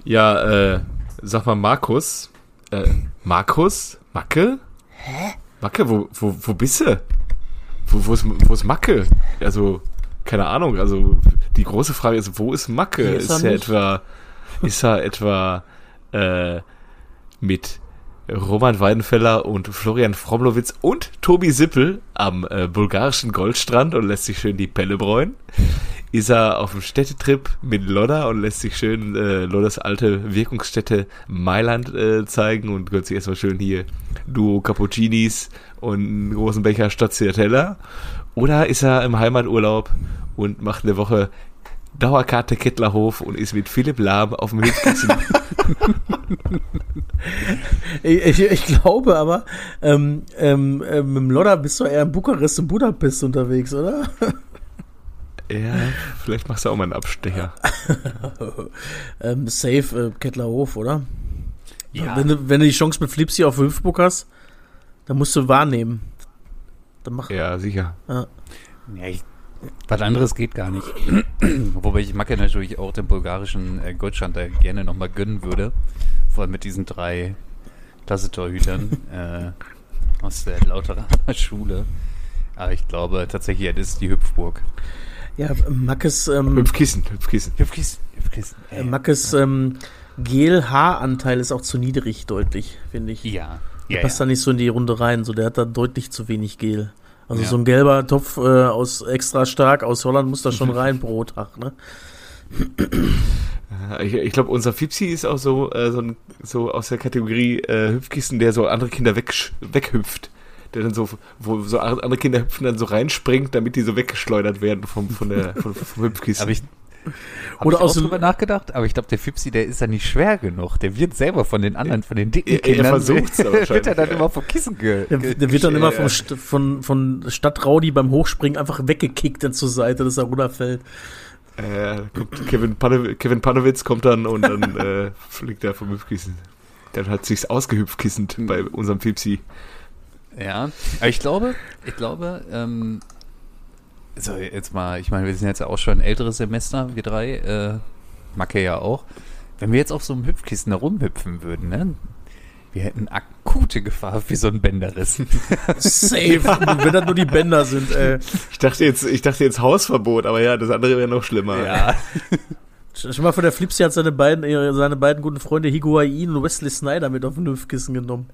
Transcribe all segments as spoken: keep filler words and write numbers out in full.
Ja, äh, sag mal Markus. Äh, Markus? Macke? Hä? Macke, wo, wo, wo bist du? Wo, wo, ist, wo ist Macke? Also, keine Ahnung, also die große Frage ist, wo ist Macke? Ist Ist er er nicht? etwa, ist er etwa äh, mit Roman Weidenfeller und Florian Fromlowitz und Tobi Sippel am äh, bulgarischen Goldstrand und lässt sich schön die Pelle bräunen? Ist er auf dem Städtetrip mit Lodda und lässt sich schön äh, Loddas alte Wirkungsstätte Mailand äh, zeigen und gönnt sich erstmal schön hier Duo Cappuccinis und einen großen Becher Stracciatella? Oder ist er im Heimaturlaub und macht eine Woche Dauerkarte Kettlerhof und ist mit Philipp Lahm auf dem Hüpfkissen? Ich, ich, ich glaube aber, ähm, ähm, äh, mit dem Lodder bist du eher in Bukarest und Budapest unterwegs, oder? Ja, vielleicht machst du auch mal einen Abstecher. ähm, safe äh, Kettlerhof, oder? Ja. Wenn du, wenn du die Chance mit Flipsy auf Hüpfburg hast, dann musst du wahrnehmen. Dann mach. Ja, sicher. Ja. Ja, ich, was anderes geht gar nicht. Wobei ich Macke natürlich auch den bulgarischen äh, Goldstand da gerne nochmal gönnen würde. Vor allem mit diesen drei Klasse-Torhütern äh, aus der Lauteraner Schule. Aber ich glaube tatsächlich, das ist die Hüpfburg. Ja, Mackes, ähm, Hüpfkissen, Hüpfkissen. Hüpfkissen, Hüpfkissen. äh, Mackes ähm, Gel-Haaranteil ist auch zu niedrig, deutlich, finde ich. Ja. Der ja, passt ja. da nicht so in die Runde rein. So, der hat da deutlich zu wenig Gel. Also Ja. so ein gelber Topf äh, aus extra stark aus Holland muss da schon rein pro Tag, ne? Ich, ich glaube, unser Fipsi ist auch so, äh, so, ein, so aus der Kategorie äh, Hüpfkissen, der so andere Kinder weg, weghüpft. Der dann so, wo so andere Kinder hüpfen, dann so reinspringt, damit die so weggeschleudert werden vom, von der, vom, vom Hüpfkissen. Aber ich hab Oder ich auch aus dem- drüber nachgedacht, aber ich glaube, der Fipsi, der ist ja nicht schwer genug. Der wird selber von den anderen, von den dicken Er- er Kindern, versucht's aber wird er dann wahrscheinlich, ja. immer vom Kissen ge Der, ge der wird dann immer ja, vom ja. St von, von Stadtraudi beim Hochspringen einfach weggekickt dann zur Seite, dass er runterfällt. Äh, kommt Kevin, Panne, Kevin Panowitz kommt dann und dann äh, fliegt er vom Hüpfkissen. Dann hat sich's ausgehüpfkissend bei unserem Fipsi. Ja, aber ich glaube, ich glaube, ähm, so jetzt mal, ich meine, wir sind jetzt ja auch schon ein älteres Semester, wir drei, äh, Macke ja auch. Wenn wir jetzt auf so einem Hüpfkissen da rumhüpfen würden, ne? Wir hätten akute Gefahr für so einen Bänderriss. Safe, wenn das nur die Bänder sind, ey. Ich dachte jetzt, ich dachte jetzt Hausverbot, aber ja, das andere wäre noch schlimmer. Ja. Schon mal von der Flipsy hat seine beiden, äh, seine beiden guten Freunde Higuain und Wesley Sneijder mit auf den Hüpfkissen genommen.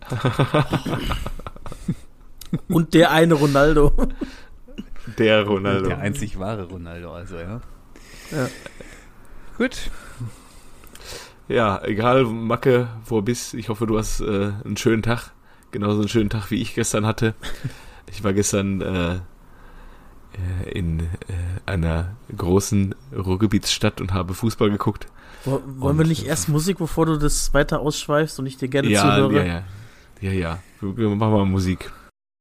Und der eine Ronaldo. Der Ronaldo. Der einzig wahre Ronaldo, also, ja. Ja. Gut. Ja, egal, Macke, wo du bist, ich hoffe, du hast äh, einen schönen Tag. Genauso einen schönen Tag, wie ich gestern hatte. Ich war gestern äh, äh, in äh, einer großen Ruhrgebietsstadt und habe Fußball geguckt. Wo, wollen wir nicht erst Musik, bevor du das weiter ausschweifst und ich dir gerne Ja, zuhöre? ja, ja. Ja, ja. Wir, wir machen mal Musik.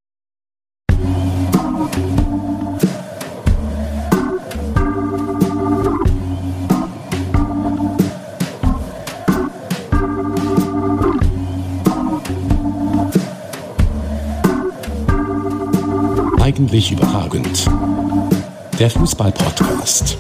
Eigentlich überragend. Der Fußball-Podcast.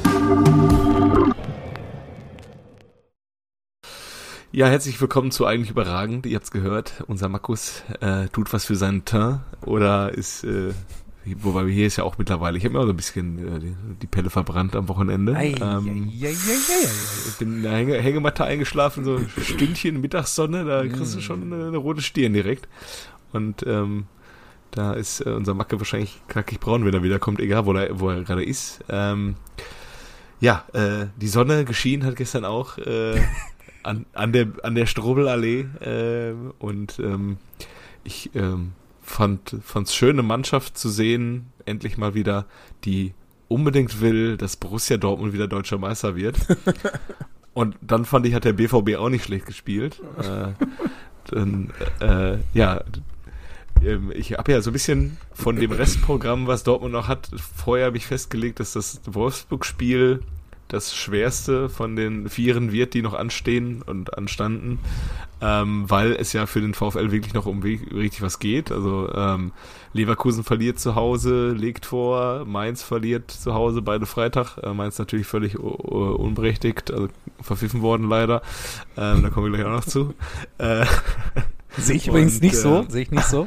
Ja, herzlich willkommen zu Eigentlich überragend. Ihr habt's gehört, unser Markus äh, tut was für seinen Teint oder ist, äh, wobei hier ist ja auch mittlerweile, ich habe mir auch so ein bisschen äh, die, die Pelle verbrannt am Wochenende. Ei, ähm, ei, ei, ei, ei, ei. Ich bin in der Hänge, Hängematte eingeschlafen, so ein Stündchen Mittagssonne, da kriegst du schon eine, eine rote Stirn direkt. Und ähm, da ist äh, unser Macke wahrscheinlich knackig braun, wenn er wiederkommt, egal wo er, wo er gerade ist. Ähm, ja, äh, die Sonne geschienen hat gestern auch äh, an, an der an der Strobelallee äh, und ähm, ich ähm, fand fand's schön, eine Mannschaft zu sehen, endlich mal wieder, die unbedingt will, dass Borussia Dortmund wieder deutscher Meister wird. Und dann fand ich, hat der B V B auch nicht schlecht gespielt. Äh, dann, äh, ja, ich habe ja so ein bisschen von dem Restprogramm, was Dortmund noch hat, vorher habe ich festgelegt, dass das Wolfsburg-Spiel das schwerste von den Vieren wird, die noch anstehen und anstanden, ähm, weil es ja für den VfL wirklich noch um richtig was geht. Also ähm, Leverkusen verliert zu Hause, legt vor, Mainz verliert zu Hause, beide Freitag. Äh, Mainz natürlich völlig uh, unberechtigt, also verpfiffen worden leider. Ähm, da kommen wir gleich auch noch zu. Äh, Sehe ich übrigens und, nicht so, äh, sehe ich nicht so.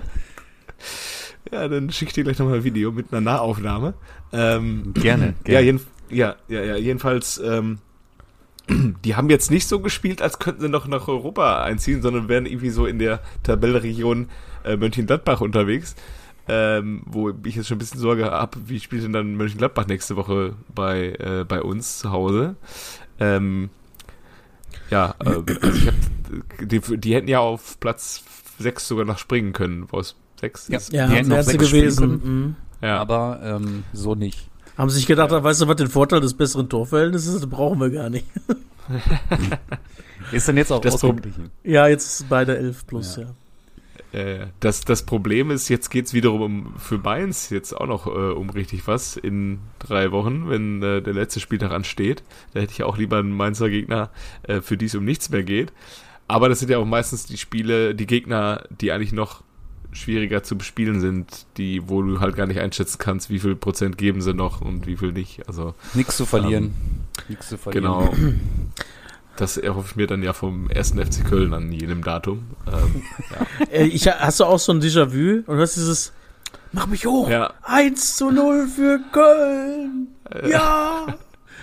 Ja, dann schicke ich dir gleich nochmal ein Video mit einer Nahaufnahme. Ähm, Gerne, Ja, gerne. jeden, ja, ja, ja, jedenfalls, ähm, die haben jetzt nicht so gespielt, als könnten sie noch nach Europa einziehen, sondern wären irgendwie so in der Tabellenregion äh, Mönchengladbach unterwegs, ähm, wo ich jetzt schon ein bisschen Sorge habe, wie spielt denn dann Mönchengladbach nächste Woche bei, äh, bei uns zu Hause? Ähm, ja, äh, also ich hab, die, die hätten ja auf Platz sechs sogar noch springen können, wo es sechs Ja. ist. Ja, Die hätten noch wären sie sechs spielen gewesen. können. Mhm. Ja. Aber ähm, so nicht. Haben sich gedacht, weißt du, was den Vorteil des besseren Torverhältnisses ist? Das brauchen wir gar nicht. Ist dann jetzt auch Das ausgeglichen. Ja, jetzt ist beide elf plus, ja. Ja. Äh, das, das Problem ist, jetzt geht's wiederum um, für Mainz jetzt auch noch äh, um richtig was in drei Wochen, wenn äh, der letzte Spieltag ansteht. Da hätte ich auch lieber einen Mainzer Gegner, äh, für die es um nichts mehr geht. Aber das sind ja auch meistens die Spiele, die Gegner, die eigentlich noch schwieriger zu bespielen sind, die, wo du halt gar nicht einschätzen kannst, wie viel Prozent geben sie noch und wie viel nicht. Also Nichts zu verlieren. Nichts zu verlieren. genau. Das erhoffe ich mir dann ja vom ersten F C Köln an jenem Datum. Ähm, ja. Äh, Ich, hast du auch so ein Déjà-vu und hast dieses Mach mich hoch! Ja. eins zu null für Köln! Ja!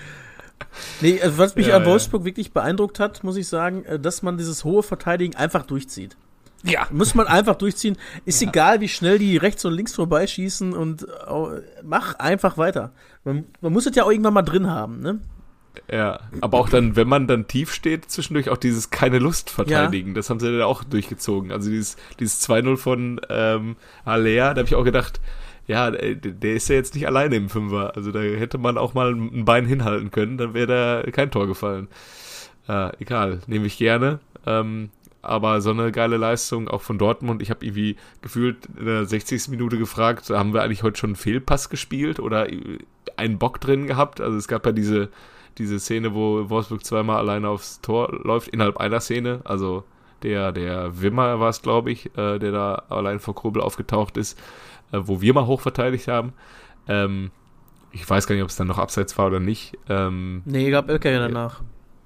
Nee, also was mich Ja, an ja. Wolfsburg wirklich beeindruckt hat, muss ich sagen, äh, dass man dieses hohe Verteidigen einfach durchzieht. Ja. Muss man einfach durchziehen. Ist egal, wie schnell die rechts und links vorbeischießen und äh, mach einfach weiter. Man, man muss es ja auch irgendwann mal drin haben, ne? Ja, aber auch dann, wenn man dann tief steht, zwischendurch auch dieses keine Lust verteidigen, das haben sie dann auch durchgezogen. Also dieses, dieses zwei null von ähm, Haller, da habe ich auch gedacht, ja, der, der ist ja jetzt nicht alleine im Fünfer. Also da hätte man auch mal ein Bein hinhalten können, dann wäre da kein Tor gefallen. Äh, egal, nehme ich gerne. Ähm, aber so eine geile Leistung auch von Dortmund. Ich habe irgendwie gefühlt in der sechzigsten Minute gefragt, haben wir eigentlich heute schon einen Fehlpass gespielt oder einen Bock drin gehabt? Also es gab ja diese diese Szene, wo Wolfsburg zweimal alleine aufs Tor läuft, innerhalb einer Szene. Also der der Wimmer war es, glaube ich, äh, der da allein vor Krobel aufgetaucht ist, äh, wo wir mal hoch verteidigt haben. Ähm, ich weiß gar nicht, ob es dann noch abseits war oder nicht. Ähm, Nee, gab Elke ja danach.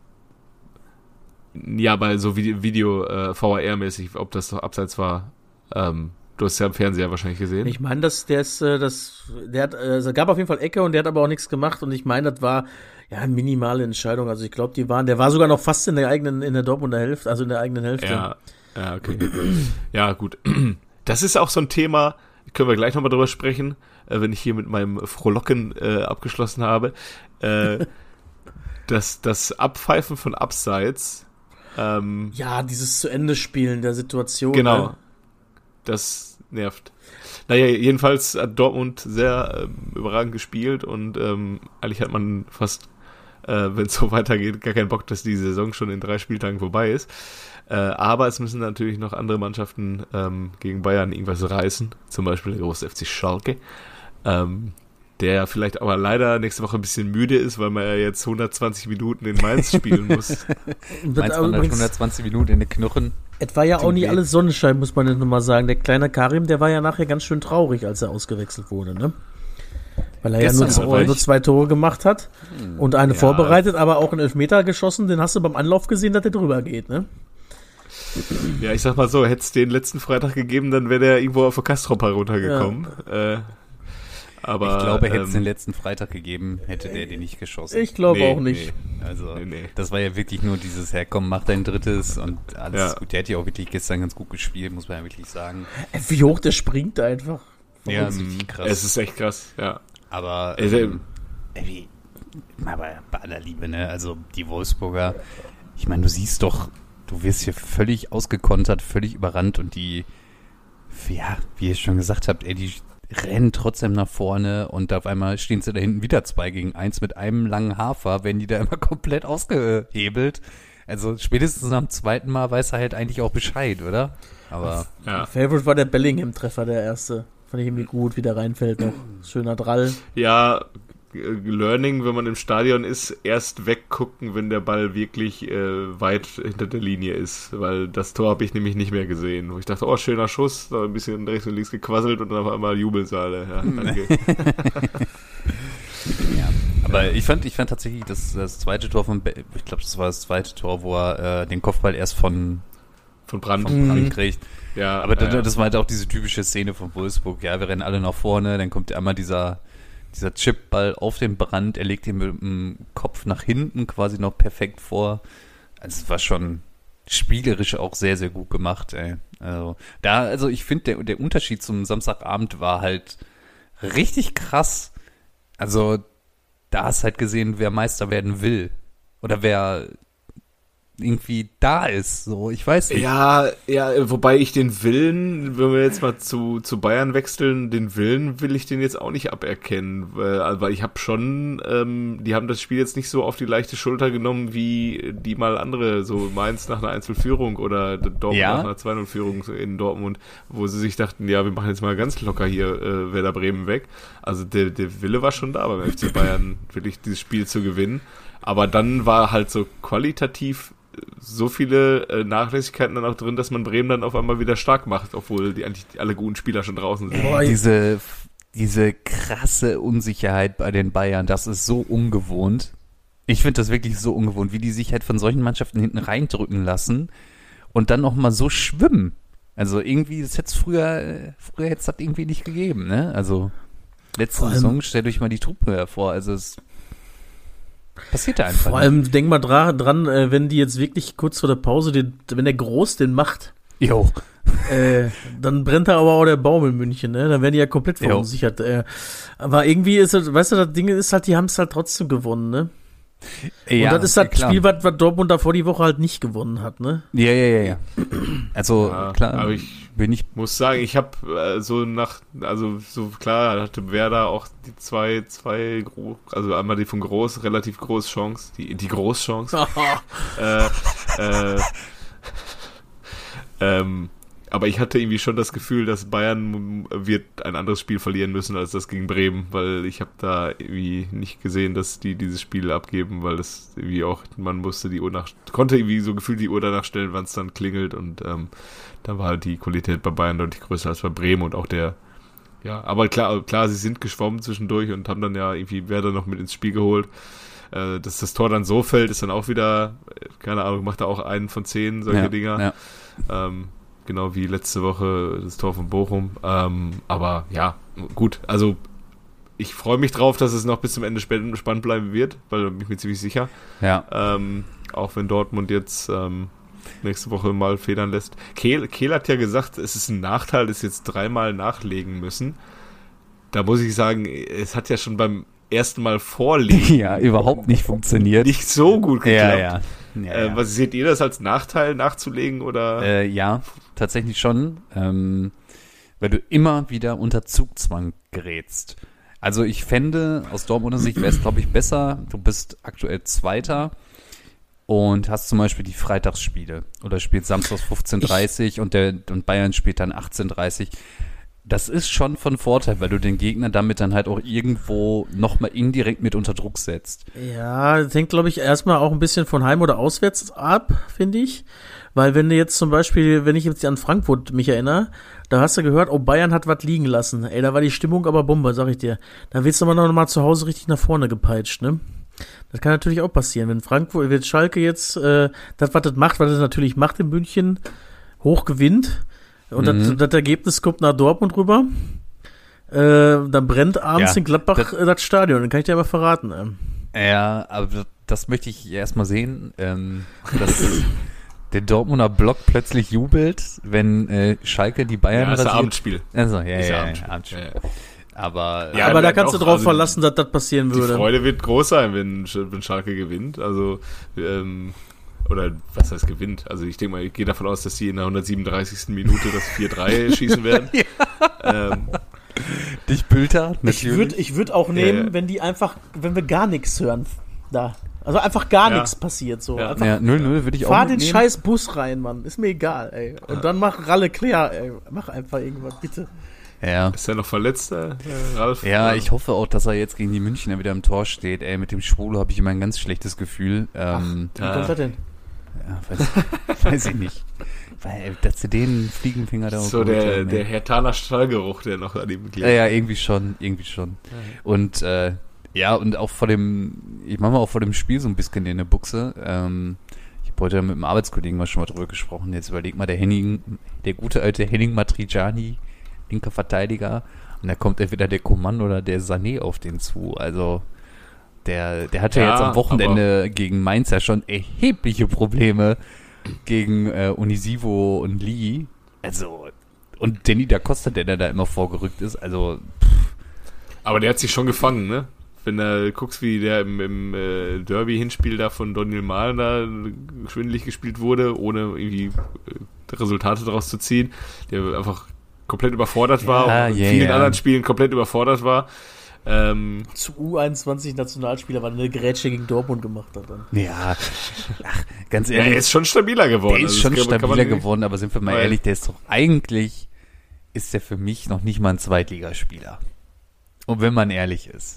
Ja, bei so Video, Video äh, V R mäßig, ob das doch abseits war. Ähm, du hast ja im Fernseher wahrscheinlich gesehen. Ich meine, dass der ist, äh, das, der hat, äh, es gab auf jeden Fall Ecke und der hat aber auch nichts gemacht und ich meine, das war ja eine minimale Entscheidung. Also ich glaube, die waren, der war sogar noch fast in der eigenen, in der Dortmunder Hälfte, also in der eigenen Hälfte. Ja, ja, okay. Ja, gut. Das ist auch so ein Thema, können wir gleich nochmal drüber sprechen, äh, wenn ich hier mit meinem Frohlocken äh, abgeschlossen habe. Äh, das, das Abpfeifen von Abseits. Ähm, Ja, dieses zu Ende Spielen der Situation. Genau. Ne? Das nervt. Naja, jedenfalls hat Dortmund sehr ähm, überragend gespielt und ähm, eigentlich hat man fast, äh, wenn es so weitergeht, gar keinen Bock, dass die Saison schon in drei Spieltagen vorbei ist. Äh, aber es müssen natürlich noch andere Mannschaften ähm, gegen Bayern irgendwas reißen. Zum Beispiel der große F C Schalke. Ähm, der vielleicht aber leider nächste Woche ein bisschen müde ist, weil man ja jetzt hundertzwanzig Minuten in Mainz spielen muss. Und das Mainz aber man hat übrigens, hundertzwanzig Minuten in den Knochen. es war ja auch Tut nicht weh. alles Sonnenschein, muss man jetzt nochmal sagen. Der kleine Karim, der war ja nachher ganz schön traurig, als er ausgewechselt wurde, ne? Weil er ja nur, Gestern, zwei- oder? nur zwei Tore gemacht hat und eine Ja. vorbereitet, aber auch einen Elfmeter geschossen. Den hast du beim Anlauf gesehen, dass der drüber geht, ne? Ja, ich sag mal so, hätte es den letzten Freitag gegeben, dann wäre der irgendwo auf der Kastropper runtergekommen. Äh, aber, Ich glaube, hätte es ähm, den letzten Freitag gegeben, hätte der den nicht geschossen. Ich glaube Nee, auch nicht. nee. Also, Nee, nee. das war ja wirklich nur dieses Herkommen, mach dein drittes und alles Ja. ist gut. Der hat ja auch wirklich gestern ganz gut gespielt, muss man ja wirklich sagen. Wie hoch der springt einfach. Ja, ist ähm, richtig krass. Es ist echt krass, ja. Aber, Also, ähm, ey, aber bei aller Liebe, ne, also die Wolfsburger, ich meine, du siehst doch, du wirst hier völlig ausgekontert, völlig überrannt und die, ja, wie ihr schon gesagt habt, ey, die rennen trotzdem nach vorne und auf einmal stehen sie da hinten wieder zwei gegen eins mit einem langen Hafer, werden die da immer komplett ausgehebelt. Also spätestens am zweiten Mal weiß er halt eigentlich auch Bescheid, oder? Aber Ja, Favorite war der Bellingham-Treffer, der erste. Fand ich irgendwie gut, wie der reinfällt noch. Schöner Drall. ja Learning, wenn man im Stadion ist, erst weggucken, wenn der Ball wirklich äh, weit hinter der Linie ist, weil das Tor habe ich nämlich nicht mehr gesehen, wo ich dachte, oh, schöner Schuss, da ein bisschen rechts und links gequasselt und dann auf einmal Jubelsaale. Ja, danke. Ja, aber ich fand, ich fand tatsächlich das, das zweite Tor von, Be- ich glaube, das war das zweite Tor, wo er äh, den Kopfball erst von von Brandt, von Brandt kriegt. Ja, aber ja, das, das war halt auch diese typische Szene von Wolfsburg. Ja, wir rennen alle nach vorne, dann kommt einmal dieser dieser Chipball auf den Brand, er legt ihn mit dem Kopf nach hinten quasi noch perfekt vor. Also es war schon spielerisch auch sehr, sehr gut gemacht, ey. Also da, also ich finde, der, der Unterschied zum Samstagabend war halt richtig krass. Also da hast halt gesehen, wer Meister werden will. Oder wer irgendwie da ist, so, ich weiß nicht. Ja, ja, wobei ich den Willen, wenn wir jetzt mal zu, zu Bayern wechseln, den Willen will ich den jetzt auch nicht aberkennen, weil, weil ich habe schon, ähm, die haben das Spiel jetzt nicht so auf die leichte Schulter genommen, wie die mal andere, so Mainz nach einer eins null Führung oder Dortmund ja. nach einer zwei null Führung in Dortmund, wo sie sich dachten, ja, wir machen jetzt mal ganz locker hier äh, Werder Bremen weg. Also der, der Wille war schon da beim F C Bayern, wirklich dieses Spiel zu gewinnen. Aber dann war halt so qualitativ so viele äh, Nachlässigkeiten dann auch drin, dass man Bremen dann auf einmal wieder stark macht, obwohl die eigentlich alle guten Spieler schon draußen sind. Boah, diese, diese krasse Unsicherheit bei den Bayern, das ist so ungewohnt. Ich finde das wirklich so ungewohnt, wie die sich halt von solchen Mannschaften hinten reindrücken lassen und dann noch mal so schwimmen. Also irgendwie, das hätte es früher, früher hätte es das irgendwie nicht gegeben, ne? Also letzte Saison, stellt euch mal die Truppe hervor, also es passiert da einfach. Vor allem, denk mal dra- dran, äh, wenn die jetzt wirklich kurz vor der Pause, den, wenn der Groß den macht, Jo. äh, dann brennt da aber auch der Baum in München, ne? Dann werden die ja komplett verunsichert. Äh, aber irgendwie ist es, weißt du, das Ding ist halt, die haben es halt trotzdem gewonnen, ne? Ja, und das ist das klar. Spiel, was, was Dortmund davor die Woche halt nicht gewonnen hat, ne? Ja, ja, ja, ja. Also, Ja, klar, aber ich bin ich muss sagen, ich habe äh, so nach, also so klar hatte Werder auch die zwei, zwei, Gro- also einmal die von Groß, relativ groß Chance, die, die Großchance. äh, äh, ähm, aber ich hatte irgendwie schon das Gefühl, dass Bayern wird ein anderes Spiel verlieren müssen als das gegen Bremen, weil ich habe da irgendwie nicht gesehen, dass die dieses Spiel abgeben, weil das irgendwie auch, man musste die Uhr nach, konnte irgendwie so gefühlt die Uhr danach stellen, wann es dann klingelt und ähm, da war halt die Qualität bei Bayern deutlich größer als bei Bremen und auch der, ja, aber klar, klar, sie sind geschwommen zwischendurch und haben dann ja irgendwie Werder noch mit ins Spiel geholt. Äh, dass das Tor dann so fällt, ist dann auch wieder, keine Ahnung, macht er auch einen von zehn solche ja, Dinger. Ja. Ähm, genau wie letzte Woche das Tor von Bochum. Ähm, aber ja, gut, also ich freue mich drauf, dass es noch bis zum Ende spannend, spannend bleiben wird, weil da bin ich mir ziemlich sicher. Ja. Ähm, auch wenn Dortmund jetzt ähm, nächste Woche mal federn lässt. Kehl, Kehl hat ja gesagt, es ist ein Nachteil, dass sie jetzt dreimal nachlegen müssen. Da muss ich sagen, es hat ja schon beim ersten Mal vorlegen Ja, überhaupt nicht funktioniert. nicht so gut geklappt. Ja, ja. ja, Äh, ja. was seht ihr das als Nachteil, nachzulegen oder? Äh, ja, tatsächlich schon, ähm, weil du immer wieder unter Zugzwang gerätst. Also ich fände, aus Dortmunder Sicht wäre es, glaube ich, besser, du bist aktuell Zweiter und hast zum Beispiel die Freitagsspiele oder spielst samstags fünfzehn Uhr dreißig und, der, und Bayern spielt dann achtzehn Uhr dreißig. Das ist schon von Vorteil, weil du den Gegner damit dann halt auch irgendwo nochmal indirekt mit unter Druck setzt. Ja, das hängt, glaube ich, erstmal auch ein bisschen von Heim oder Auswärts ab, finde ich. Weil wenn du jetzt zum Beispiel, wenn ich jetzt an Frankfurt mich erinnere, da hast du gehört, oh, Bayern hat was liegen lassen. Ey, da war die Stimmung aber Bombe, sag ich dir. Da willst du aber noch mal zu Hause richtig nach vorne gepeitscht, ne? Das kann natürlich auch passieren. Wenn Frankfurt, wenn Schalke jetzt äh, das, was das macht, was es natürlich macht in München, hoch gewinnt, und mhm. das, das Ergebnis kommt nach Dortmund rüber, äh, dann brennt abends Ja, in Gladbach das, äh, das Stadion, dann kann ich dir aber verraten. Ähm. Ja, aber das möchte ich erstmal sehen, ähm, dass der Dortmunder Block plötzlich jubelt, wenn äh, Schalke die Bayern ja, das ist ein rasiert. Abendspiel. Also, ja, Das ist ja, ein ja, Abendspiel. Abendspiel. Ja, ja. Aber, Ja, aber da aber kannst doch, du drauf also verlassen, dass das passieren Die würde. Freude wird groß sein, wenn, wenn Schalke gewinnt. Also, ähm, oder was heißt gewinnt? Also ich denke mal, ich gehe davon aus, dass sie in der hundertsiebenunddreißigsten Minute das vier drei schießen werden. ähm, dich Bülter, Ich würde ich würd auch nehmen, Ja, ja. wenn die einfach, wenn wir gar nichts hören. Da. Also einfach gar Ja. nichts passiert. So. Ja. Einfach Ja, null null würde ich auch fahr den mitnehmen. scheiß Bus rein, Mann. Ist mir egal, ey. Und dann mach Ralle Claire, ey. Mach einfach irgendwas, bitte. Ja. Ist er noch verletzt, äh, Ralf? Ja, ich hoffe auch, dass er jetzt gegen die Münchner wieder im Tor steht. Ey, mit dem Schwolo habe ich immer ein ganz schlechtes Gefühl. Ähm, Wie kommt das denn? ja, weiß, weiß ich nicht. Weil, dass sie den Fliegenfinger da so geholt der, haben, der ey. Hertaner Stallgeruch, der noch an ihm klebt. Ja, ja, irgendwie schon, irgendwie schon. Und äh, ja, und auch vor dem, ich mache mal auch vor dem Spiel so ein bisschen in der Buchse. Ähm, ich habe heute mit einem Arbeitskollegen mal schon mal drüber gesprochen. Jetzt überleg mal, der Henning, der gute alte Henning Matriciani, linker Verteidiger, und da kommt entweder der Coman oder der Sané auf den zu. Also der, der hatte ja, jetzt am Wochenende gegen Mainz ja schon erhebliche Probleme gegen äh, Unisivo und Lee. Also, und Danny da Costa, der da immer vorgerückt ist, also pff. Aber der hat sich schon gefangen, ne? Wenn du guckst, wie der im, im äh, Derby-Hinspiel da von Daniel Mahlen da schwindelig gespielt wurde, ohne irgendwie äh, Resultate daraus zu ziehen, der einfach komplett überfordert war ja, und in yeah, vielen yeah. anderen Spielen komplett überfordert war. Ähm, Zu U einundzwanzig Nationalspieler, weil er eine Grätsche gegen Dortmund gemacht hat. Dann. Ja, ach, ganz ja, ehrlich. er ist schon stabiler geworden. Der ist also schon kann, stabiler kann man, geworden, aber sind wir mal weil, ehrlich, der ist doch eigentlich, ist der für mich noch nicht mal ein Zweitligaspieler. Und wenn man ehrlich ist.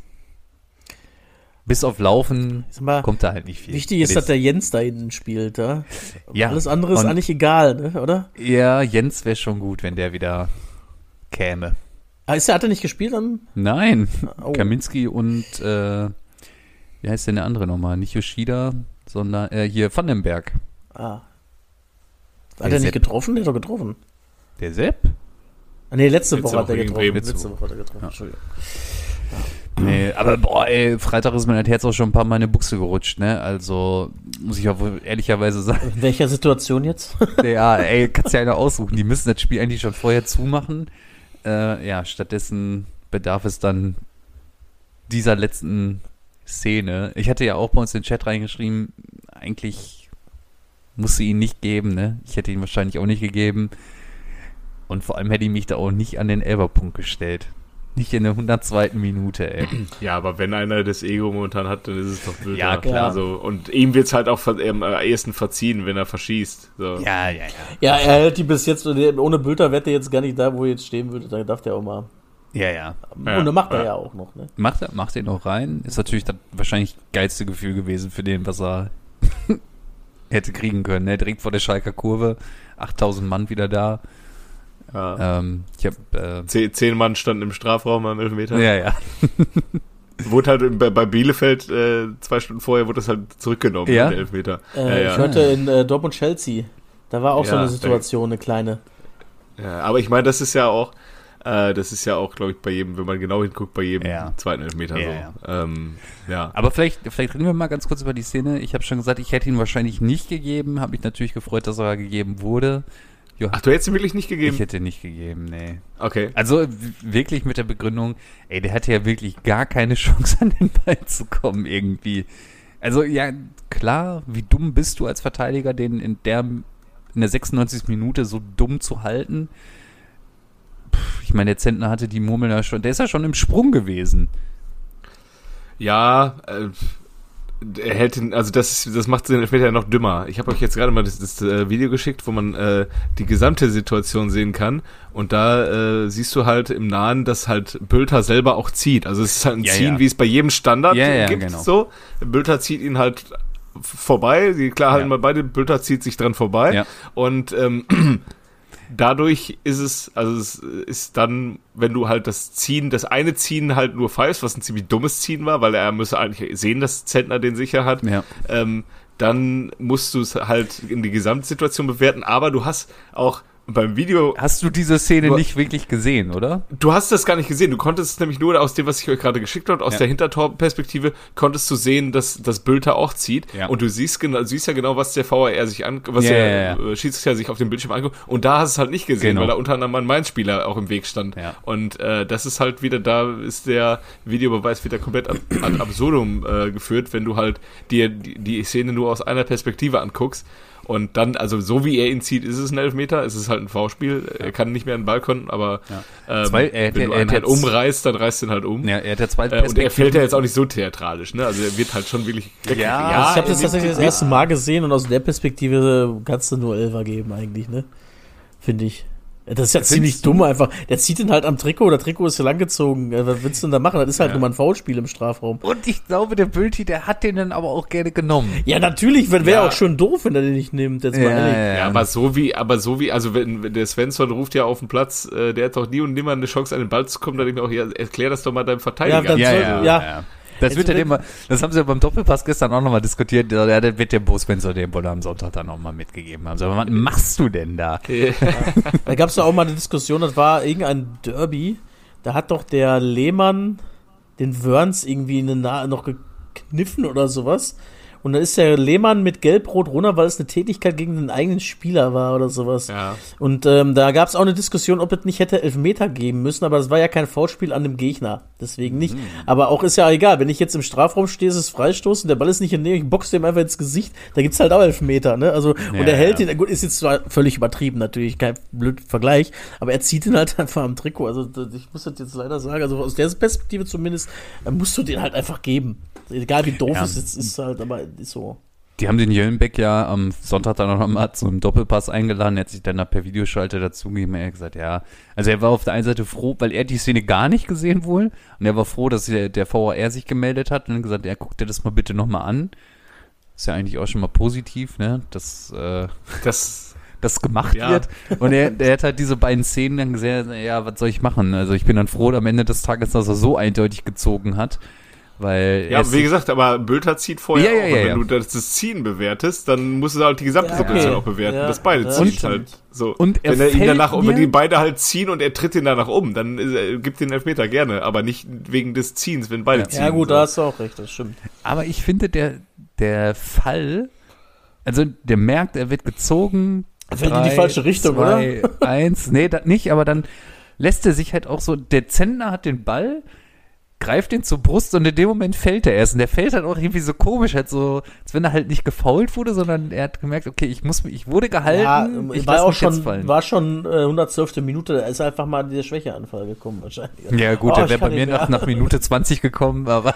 Bis auf Laufen mal, kommt da halt nicht viel. Wichtig ist, dass der Jens da hinten spielt. Ja? Ja, alles andere ist eigentlich egal, ne? Oder? Ja, Jens wäre schon gut, wenn der wieder käme. Ah, ist der, hat er nicht gespielt dann? Nein, oh. Kaminski und äh, wie heißt denn der andere nochmal? Nicht Yoshida, sondern äh, hier Vandenberg. Ah. Der Hat er nicht Sepp. getroffen? Der hat doch getroffen. Der Sepp? Ah, nee, letzte, Letzte Woche hat er Woche gegen getroffen. Bremen. Letzte Woche hat er getroffen, Ja. Entschuldigung. Nee, aber boah, ey, Freitag ist mir das Herz auch schon ein paar Mal in die Buchse gerutscht, ne? Also, muss ich auch wohl ehrlicherweise sagen. In welcher Situation jetzt? Ja, ey, kannst ja einer aussuchen. Die müssen das Spiel eigentlich schon vorher zumachen. Äh, ja, stattdessen bedarf es dann dieser letzten Szene. Ich hatte ja auch bei uns in den Chat reingeschrieben, eigentlich musste ihn nicht geben, ne? Ich hätte ihn wahrscheinlich auch nicht gegeben. Und vor allem hätte ich mich da auch nicht an den Elferpunkt gestellt. Nicht in der hundertzweiten Minute, ey. ja, aber wenn einer das Ego momentan hat, dann ist es doch blöd. Ja, klar. Also, und ihm wird's halt auch ver- am ehesten verziehen, wenn er verschießt. So. Ja, ja, ja. Ja, er hält die bis jetzt, ohne Bülter wäre der jetzt gar nicht da, wo er jetzt stehen würde. Da darf der auch mal. Ja, ja. Ja, Und das macht er ja. ja auch noch, ne? Macht er, macht ihn auch rein. Ist natürlich das wahrscheinlich geilste Gefühl gewesen für den, was er hätte kriegen können. Ne? Direkt vor der Schalker Kurve. achttausend Mann wieder da. Ja. Ähm, ich hab, äh, Zehn, zehn Mann standen im Strafraum am Elfmeter. ja, ja. Wurde halt bei, bei Bielefeld äh, zwei Stunden vorher wurde das halt zurückgenommen, Ja? der Elfmeter. Äh, ja, ja. Ich hörte in äh, Dortmund-Chelsea, da war auch so Ja, eine Situation, eine kleine. Ja, aber ich meine, das ist ja auch, äh, das ist ja auch, glaube ich, bei jedem, wenn man genau hinguckt, bei jedem Ja. zweiten Elfmeter Ja, so. ja. Ähm, ja. Aber vielleicht, vielleicht reden wir mal ganz kurz über die Szene. Ich habe schon gesagt, ich hätte ihn wahrscheinlich nicht gegeben. Habe mich natürlich gefreut, dass er gegeben wurde. Jo, Ach, du hättest ihn wirklich nicht gegeben? ich hätte nicht gegeben, nee. Okay. Also w- wirklich mit der Begründung, ey, der hatte ja wirklich gar keine Chance, an den Ball zu kommen irgendwie. Also ja, klar, wie dumm bist du als Verteidiger, den in der in der sechsundneunzigsten Minute so dumm zu halten? Puh, ich meine, der Zentner hatte die Murmel ja schon, der ist ja schon im Sprung gewesen. Ja, äh, er hält den, also das, das macht den Elfmeter ja noch dümmer. Ich habe euch jetzt gerade mal das, das äh, Video geschickt, wo man äh, die gesamte Situation sehen kann. Und da äh, siehst du halt im Nahen, dass halt Bülter selber auch zieht. Also es ist halt ein Ja, Ziehen, ja. wie es bei jedem Standard Ja, ja, gibt. genau. So, Bülter zieht ihn halt f- vorbei. Die, klar halten Ja. wir beide, Bülter zieht sich dran vorbei. Ja. Und ähm, dadurch ist es, also es ist dann, wenn du halt das Ziehen, das eine Ziehen halt nur pfeifst, was ein ziemlich dummes Ziehen war, weil er müsse eigentlich sehen, dass Zentner den sicher hat, Ja. ähm, dann musst du es halt in die Gesamtsituation bewerten, aber du hast auch beim Video, Hast du diese Szene Du- nicht wirklich gesehen, oder? du hast das gar nicht gesehen, du konntest es nämlich nur aus dem, was ich euch gerade geschickt habe, aus Ja. der Hintertorperspektive, konntest du sehen, dass das Bülter auch zieht Ja. und du siehst genau, siehst ja genau, was der V A R sich an, was Ja, der ja, ja. äh, Schiedsrichter sich auf dem Bildschirm anguckt und da hast du es halt nicht gesehen, Genau. weil da unter anderem ein Mainz-Spieler auch im Weg stand Ja. und äh, das ist halt wieder, da ist der Videobeweis wieder komplett ad, ad absurdum äh, geführt, wenn du halt dir die, die Szene nur aus einer Perspektive anguckst. Und dann, also so wie er ihn zieht, ist es ein Elfmeter, es ist halt ein V-Spiel, er kann nicht mehr an den Ball kommen, aber ähm, Zwei- er hätte- wenn du er einen hätte halt jetzt- umreißt, dann reißt du ihn halt um. Ja, er hat ja zwei Äh, und er fällt ja jetzt auch nicht so theatralisch, ne? Also er wird halt schon wirklich weg. Ja, Also ich habe das er tatsächlich das wird- erste Mal gesehen und aus der Perspektive kannst du nur Elfer geben eigentlich, ne? Finde ich. Das ist ja ziemlich dumm einfach. Der zieht ihn halt am Trikot, der Trikot ist ja langgezogen. Was willst du denn da machen? Das ist halt ja. nur mal ein Foulspiel im Strafraum. Und ich glaube, der Bülti, der hat den dann aber auch gerne genommen. Ja, natürlich, wäre Ja. auch schon doof, wenn er den nicht nimmt. Jetzt mal ehrlich. Ja, aber so wie, aber so wie, also wenn, wenn der Svensson ruft ja auf den Platz, äh, der hat doch nie und nimmer eine Chance, an den Ball zu kommen, dann denke ich mir auch, ja, erklär das doch mal deinem Verteidiger. Ja, dann Ja, soll- ja, ja. ja. Das Jetzt wird ja wird- immer, das haben sie ja beim Doppelpass gestern auch nochmal diskutiert, ja, da wird der Bo Svensson den Boller am Sonntag dann auch mal mitgegeben haben. So, aber was machst du denn da? Da gab es ja auch mal eine Diskussion, das war irgendein Derby. Da hat doch der Lehmann den Wörns irgendwie in den Na- noch gekniffen oder sowas. Und dann ist der Lehmann mit Gelb-Rot runter, weil es eine Tätigkeit gegen den eigenen Spieler war oder sowas. Ja. Und ähm, da gab es auch eine Diskussion, ob es nicht hätte Elfmeter geben müssen, aber das war ja kein Foulspiel an dem Gegner. Deswegen nicht. Aber auch ist ja egal, wenn ich jetzt im Strafraum stehe, ist es Freistoß und der Ball ist nicht in der Nähe, ich boxe dem einfach ins Gesicht, da gibt's halt auch Elfmeter, ne? Also, Ja, und er hält ja. ihn, gut, ist jetzt zwar völlig übertrieben, natürlich, kein blöd Vergleich, aber er zieht ihn halt einfach am Trikot. Also, das- ich muss das jetzt leider sagen, also aus der Perspektive zumindest, äh, musst du den halt einfach geben. Egal wie doof Ja. es ist, ist halt, aber ist so. Die haben den Jöllenbeck ja am Sonntag dann noch mal zu einem Doppelpass eingeladen. Er hat sich dann da per Videoschalter dazugegeben. Er hat gesagt, ja, also er war auf der einen Seite froh, weil er die Szene gar nicht gesehen wohl. Und er war froh, dass der, der V A R sich gemeldet hat und dann gesagt, er guckt dir das mal bitte nochmal an. Ist ja eigentlich auch schon mal positiv, ne, dass äh, Das, das gemacht Ja. wird. Und er, der hat halt diese beiden Szenen dann gesehen, ja, was soll ich machen? Also ich bin dann froh am Ende des Tages, dass er so eindeutig gezogen hat. Weil ja, er wie gesagt, aber Bülter zieht vorher Ja, ja, auch. ja, Und ja. wenn du das, das Ziehen bewertest, dann musst du halt die gesamte Ja, Situation okay. auch bewerten, Ja, dass beide ja, ziehen stimmt. halt. So. Und er wenn er ihn fällt danach, und wenn mir- die beide halt ziehen und er tritt ihn danach um, dann ist, er- gibt den Elfmeter gerne, aber nicht wegen des Ziehens, wenn beide ziehen. Ja, gut, so. da hast du auch recht, das stimmt. Aber ich finde, der, der Fall, also der merkt, er wird gezogen. Er fällt in die falsche Richtung, zwei, eins, nee, das nicht, aber dann lässt er sich halt auch so, der Zentner hat den Ball, greift ihn zur Brust und in dem Moment fällt er erst. Und der fällt halt auch irgendwie so komisch, halt so, als wenn er halt nicht gefoult wurde, sondern er hat gemerkt, okay, ich muss mich, ich wurde gehalten, Ja, ich war lass auch mich jetzt schon, fallen. war schon äh, hundertzwölfte Minute, da ist einfach mal dieser Schwächeanfall gekommen wahrscheinlich. Ja gut, Oh, der ich wäre bei kann mir nicht nach, mehr. nach Minute zwanzig gekommen, aber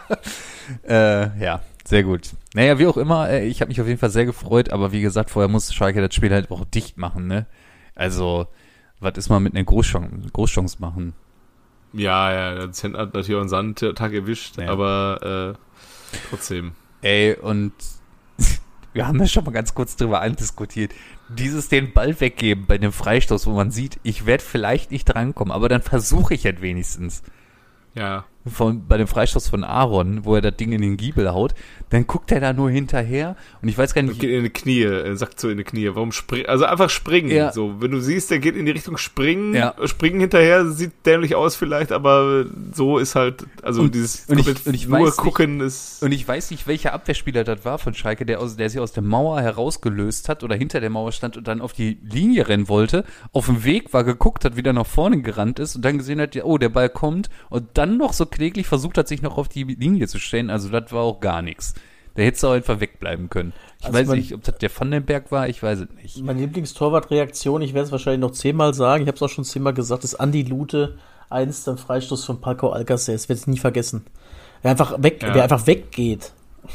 äh, ja, sehr gut. Naja, wie auch immer, äh, ich habe mich auf jeden Fall sehr gefreut, aber wie gesagt, vorher muss Schalke das Spiel halt auch dicht machen, ne? Also, was ist mal mit einer Großchance, Großchance machen? Ja, ja, der Zentner hat natürlich auch einen Sandtag erwischt, Ja. aber äh, trotzdem. Ey, und wir haben ja schon mal ganz kurz drüber andiskutiert. Dieses den Ball weggeben bei dem Freistoß, wo man sieht, ich werde vielleicht nicht drankommen, aber dann versuche ich halt wenigstens. Ja. Von, bei dem Freistoß von Aaron, wo er das Ding in den Giebel haut, dann guckt er da nur hinterher und ich weiß gar Und nicht, geht in die Knie, er sagt so in die Knie. Warum springen? Also einfach springen. Ja. So, wenn du siehst, der geht in die Richtung springen, Ja. springen hinterher, sieht dämlich aus vielleicht, aber so ist halt, also Und- dieses und ich- komplett und ich nur weiß nicht- gucken ist. und ich weiß nicht, welcher Abwehrspieler das war von Schalke, der, aus, der sich aus der Mauer herausgelöst hat oder hinter der Mauer stand und dann auf die Linie rennen wollte, auf dem Weg war, geguckt hat, wieder nach vorne gerannt ist und dann gesehen hat, ja, oh, der Ball kommt und dann noch so kläglich versucht hat, sich noch auf die Linie zu stellen. Also das war auch gar nichts. Da hättest du auch einfach wegbleiben können. Ich Also weiß man- nicht, ob das der Vandenberg war, ich weiß es nicht. Meine Lieblingstorwartreaktion, ich werde es wahrscheinlich noch zehnmal sagen, ich habe es auch schon zehnmal gesagt, ist Andi Lute, eins, dann Freistoß von Paco Alcacer, das werde ich nie vergessen. Wer einfach weg, Ja. wer einfach weggeht.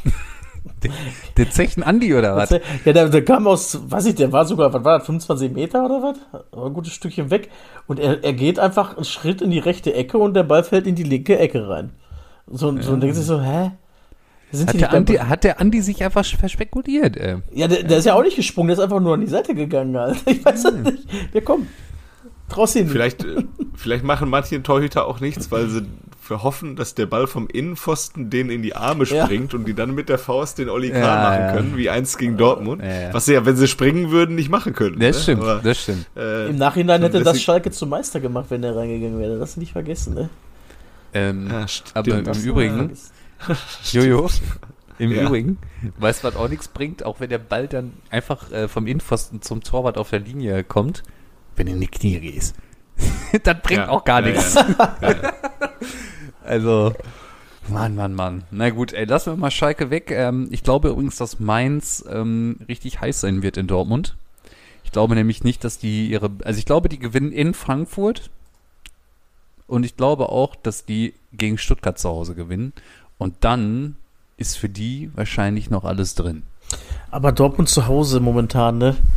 Der Zechen Andi oder was? Ja, der, der kam aus, weiß ich, der war sogar, was war das, fünfundzwanzig Meter oder was? War ein gutes Stückchen weg. Und er, er geht einfach einen Schritt in die rechte Ecke und der Ball fällt in die linke Ecke rein. So, so und denkt sich so, hä? Sind Hat die der, nicht Andi, beim- hat der Andi sich einfach verspekuliert, ey. Ja, der, der ist ja auch nicht gesprungen, der ist einfach nur an die Seite gegangen, Alter. Ich weiß es nicht. Ja, komm. Traust ihn nicht. Vielleicht, äh, vielleicht machen manche Torhüter auch nichts, weil sie hoffen, dass der Ball vom Innenpfosten denen in die Arme Ja. springt und die dann mit der Faust den Oli Kahn Ja, machen ja. können, wie eins gegen Dortmund. Ja, ja. Was sie ja, wenn sie springen würden, nicht machen können. Das ne? stimmt, Aber, das stimmt. äh, Im Nachhinein hätte das deswegen- Schalke zum Meister gemacht, wenn der reingegangen wäre. Das nicht vergessen, ne? Ähm, Ja, stimmt. aber im Das- Übrigen, Jojo, im Ja. Übrigen, weißt du, was auch nichts bringt, auch wenn der Ball dann einfach äh, vom Innenpfosten zum Torwart auf der Linie kommt, wenn du in die Knie gehst. Das bringt Ja, auch gar ja, nichts. ja. Ja, ja. Also, Mann, Mann, Mann. Na gut, ey, lassen wir mal Schalke weg. Ähm, ich glaube übrigens, dass Mainz ähm, richtig heiß sein wird in Dortmund. Ich glaube nämlich nicht, dass die ihre, also ich glaube, die gewinnen in Frankfurt und ich glaube auch, dass die gegen Stuttgart zu Hause gewinnen und dann ist für die wahrscheinlich noch alles drin. Aber Dortmund zu Hause momentan, ne?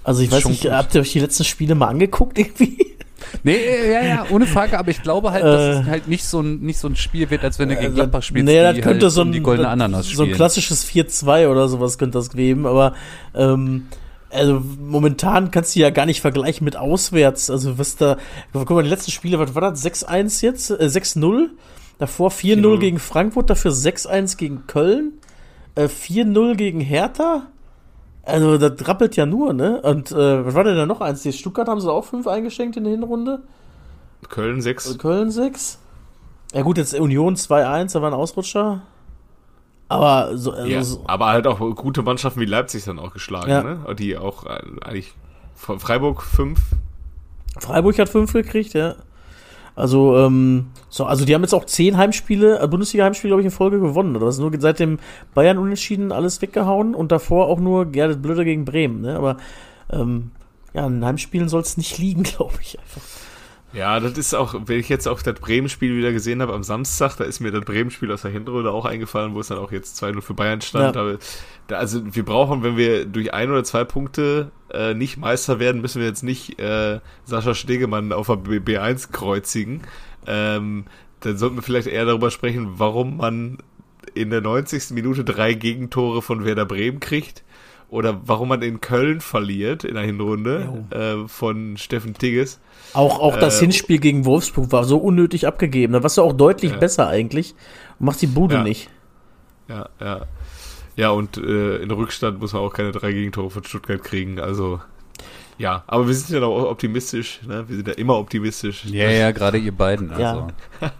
Also ich weiß Schon nicht, gut. habt ihr euch die letzten Spiele mal angeguckt irgendwie? Nee, ja, ja, ohne Frage, aber ich glaube halt, dass Äh, es halt nicht so ein, nicht so ein Spiel wird, als wenn du gegen Gladbach spielst, nee, das die könnte halt so um ein, die goldene das- Ananas so spielen. ein klassisches vier zwei oder sowas könnte das geben, aber ähm, also momentan kannst du ja gar nicht vergleichen mit auswärts. Also was da, guck mal, die letzten Spiele, was war das? sechs eins jetzt? Äh, sechs null? Davor vier null vier null gegen Frankfurt, dafür sechs eins gegen Köln, äh, vier null gegen Hertha. Also das rappelt ja nur, ne? Und äh, was war denn da noch eins? Die Stuttgart haben sie auch fünf eingeschenkt in der Hinrunde. Köln sechs. Köln sechs. Ja gut, jetzt Union zwei eins, da war ein Ausrutscher. Aber so, also Ja, so aber halt auch gute Mannschaften wie Leipzig dann auch geschlagen, Ja. ne? Die auch äh, eigentlich von Freiburg fünf. Freiburg hat fünf gekriegt, ja. Also, ähm, so, also die haben jetzt auch zehn Heimspiele, äh, Bundesliga-Heimspiele, glaube ich, in Folge gewonnen. Oder was? Nur seit dem Bayern unentschieden alles weggehauen und davor auch nur Gerrit Blöder gegen Bremen, ne? Aber ähm, ja, an Heimspielen soll es nicht liegen, glaube ich einfach. Ja, das ist auch, wenn ich jetzt auch das Bremen-Spiel wieder gesehen habe am Samstag, da ist mir das Bremen-Spiel aus der Hinrunde auch eingefallen, wo es dann auch jetzt zwei null für Bayern stand. Ja. Aber da, also wir brauchen, wenn wir durch ein oder zwei Punkte äh, nicht Meister werden, müssen wir jetzt nicht äh, Sascha Stegemann auf der B eins kreuzigen. Ähm, dann sollten wir vielleicht eher darüber sprechen, warum man in der neunzigsten Minute drei Gegentore von Werder Bremen kriegt. Oder warum man in Köln verliert in der Hinrunde äh, von Steffen Tigges. Auch, auch das Äh, Hinspiel gegen Wolfsburg war so unnötig abgegeben. Da warst du auch deutlich Ja. besser eigentlich und machst die Bude Ja. nicht. Ja, ja. Ja, und äh, in Rückstand muss man auch keine drei Gegentore von Stuttgart kriegen. Also, ja. Aber wir sind ja auch optimistisch. Ne? Wir sind ja immer optimistisch. Ja, ja, gerade ihr beiden. Also. Ja.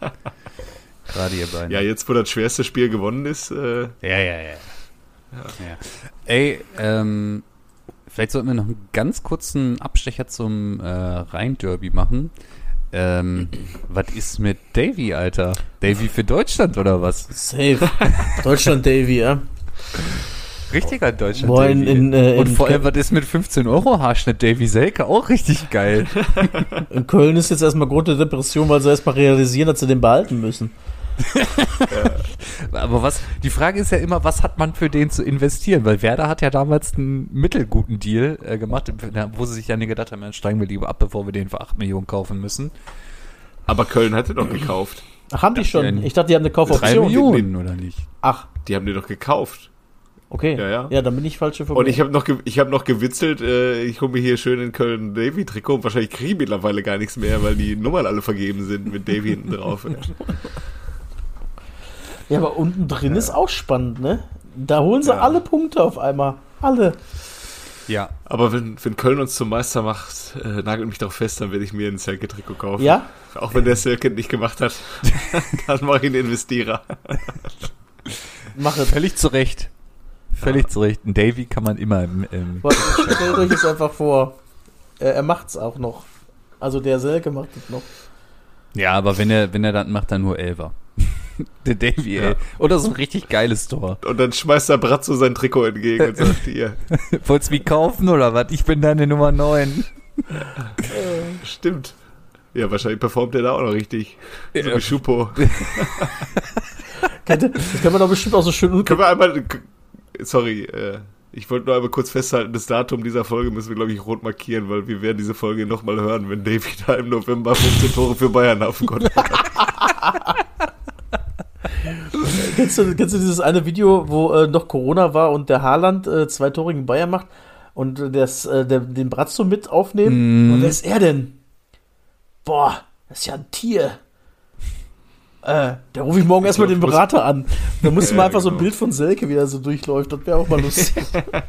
Gerade ihr beiden. Ja, jetzt, wo das schwerste Spiel gewonnen ist, äh, Ja, ja, ja. ja. Ey, ähm, vielleicht sollten wir noch einen ganz kurzen Abstecher zum äh, Rhein-Derby machen. Ähm, was ist mit Davy, Alter? Davy für Deutschland oder was? Safe. Deutschland Davy, ja. Richtiger Deutschland Boah, in- Davy. in, äh, Und in vor allem, Kö- was ist mit fünfzehn Euro Haarschnitt Davy Selke? Auch richtig geil. In Köln ist jetzt erstmal Grund der Depression, weil sie erstmal realisieren, dass sie den behalten müssen. Aber was, die Frage ist ja immer, was hat man für den zu investieren? Weil Werder hat ja damals einen mittelguten Deal äh, gemacht, wo sie sich ja nicht gedacht haben, dann steigen wir lieber ab, bevor wir den für acht Millionen kaufen müssen. aber Köln hat den doch gekauft. Ach, haben die Ja, schon? die- Ich dachte, die haben eine Drei Kaufoption. Millionen oder nicht? Ach, Die haben den doch gekauft. okay. Ja, ja. Ja, dann bin ich falsch Und informiert. ich habe noch, ge- ich hab noch gewitzelt, äh, ich hole mir hier schön in Köln ein Davy-Trikot und wahrscheinlich kriege ich mittlerweile gar nichts mehr, weil die Nummern alle vergeben sind mit Davy hinten drauf. Ja, aber unten drin ist auch spannend, ne? Da holen sie Ja. alle Punkte auf einmal. Alle. Ja. Aber wenn, wenn Köln uns zum Meister macht, äh, nagelt mich darauf fest, dann werde ich mir ein Selke-Trikot kaufen. Ja? Auch wenn der Selke nicht gemacht hat, dann mache ich einen Investierer. Mach es. Völlig zu Recht. Völlig zu Recht. Ein Davy kann man immer im, im Warte, stellt euch es einfach vor. Er, er macht's auch noch. Also der Selke macht es noch. Ja, aber wenn er, wenn er dann macht, dann nur Elfer. Der Davy, ey. Ja. Oder so ein richtig geiles Tor. Und dann schmeißt der Bratzo sein Trikot entgegen und sagt, hier, Wollt's mich kaufen oder was? Ich bin deine Nummer neun. stimmt. Ja, wahrscheinlich performt er da auch noch richtig. So Ja. wie Schupo. Könnte- Das kann man doch bestimmt auch so schön Können wir einmal, sorry, äh, ich wollte nur einmal kurz festhalten, das Datum dieser Folge müssen wir, glaube ich, rot markieren, weil wir werden diese Folge nochmal hören, wenn Davy da im November fünfzehn Tore für Bayern auf dem Konto hat. Kennst du, kennst du dieses eine Video, wo äh, noch Corona war und der Haaland äh, zwei Tore gegen Bayern macht und äh, das, äh, der, den Bratzo mit aufnehmen? Mm. Und wer ist er denn? Boah, das ist ja ein Tier. Äh, da rufe ich morgen Ich erstmal glaub, den ich muss- Berater an. Da musst du Ja, mal einfach so ein genau. Bild von Selke, wie er so durchläuft. Das wäre auch mal lustig.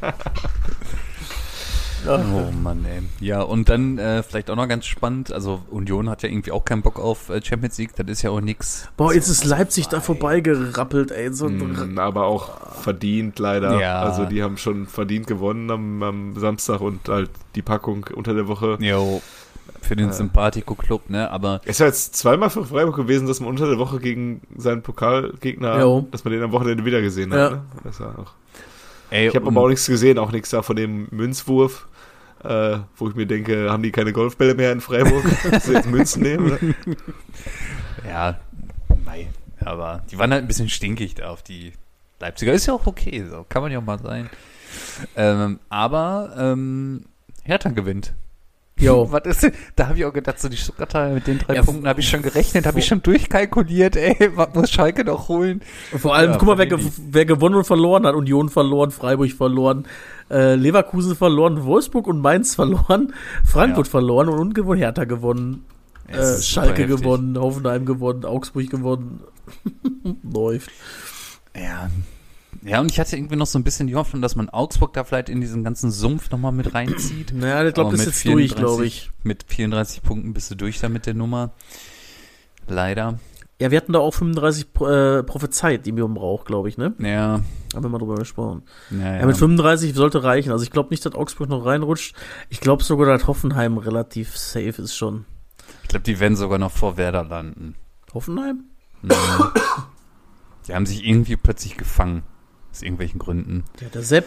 Oh Mann, ey. Ja, und dann äh, vielleicht auch noch ganz spannend, also Union hat ja irgendwie auch keinen Bock auf äh, Champions League, das ist ja auch nix. Boah, jetzt ist Leipzig da vorbeigerappelt, ey. So ein Mm, aber auch verdient leider. Ja. Also die haben schon verdient gewonnen am, am Samstag und halt die Packung unter der Woche. Jo, für den Äh. Sympathico-Club, ne, aber Es ist ja jetzt zweimal für Freiburg gewesen, dass man unter der Woche gegen seinen Pokalgegner, Jo. dass man den am Wochenende wieder gesehen hat. Ja. Ne? Das war auch. ey, Ich habe und- aber auch nichts gesehen, auch nichts da von dem Münzwurf, äh, wo ich mir denke, haben die keine Golfbälle mehr in Freiburg? Dass sie jetzt Münzen nehmen? Oder? ja, mei, aber die waren halt ein bisschen stinkig da auf die Leipziger, ist ja auch okay, so kann man ja auch mal sein. Ähm, aber, ähm, Hertha gewinnt. Jo. Was ist denn? Da habe ich auch gedacht, so die Stuttgarter mit den drei Ja, Punkten habe ich schon gerechnet, habe ich schon durchkalkuliert, ey, was muss Schalke noch holen? Vor allem, Ja, guck mal, wer, ge verdient. wer gewonnen und verloren hat. Union verloren, Freiburg verloren, äh, Leverkusen verloren, Wolfsburg und Mainz verloren, Frankfurt Ja. verloren und ungewonnen, Hertha gewonnen, Es äh, ist super Schalke heftig. gewonnen, Hoffenheim gewonnen, Augsburg gewonnen. Läuft. Ja. Ja, und ich hatte irgendwie noch so ein bisschen die Hoffnung, dass man Augsburg da vielleicht in diesen ganzen Sumpf nochmal mit reinzieht. Naja, ich glaube, Aber das ist mit jetzt durch, vierunddreißig glaube ich. Mit vierunddreißig Punkten bist du durch da mit der Nummer. Leider. Ja, wir hatten da auch fünfunddreißig Pro- äh, prophezeit, die wir brauchen, glaube ich, ne? Ja. Haben wir mal drüber gesprochen. Ja, Ja, mit fünfunddreißig sollte reichen. Also ich glaube nicht, dass Augsburg noch reinrutscht. Ich glaube sogar, dass Hoffenheim relativ safe ist schon. Ich glaube, die werden sogar noch vor Werder landen. Hoffenheim? Mhm. Die haben sich irgendwie plötzlich gefangen. Aus irgendwelchen Gründen. Ja, der Sepp.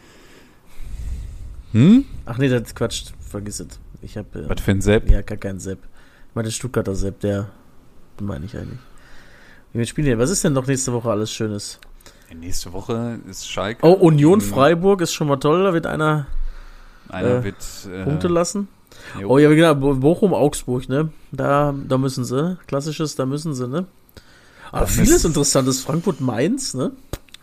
Hm? Ach nee, das Quatsch. Vergiss es. Ich habe äh, Was für ein Sepp? ja gar keinen Sepp. Ich meine, der Stuttgarter Sepp, der meine ich eigentlich. Wie spielen die denn? Was ist denn noch nächste Woche alles Schönes? Ja, nächste Woche ist Schalke. Oh, Union Mhm. Freiburg ist schon mal toll. Da wird einer Einer äh, wird äh, Punkte lassen. jo. Oh ja, genau. Bo- Bochum, Augsburg, ne? Da, da müssen sie. Klassisches, da müssen sie, ne? Aber Das vieles ist- Interessantes. Frankfurt, Mainz, ne?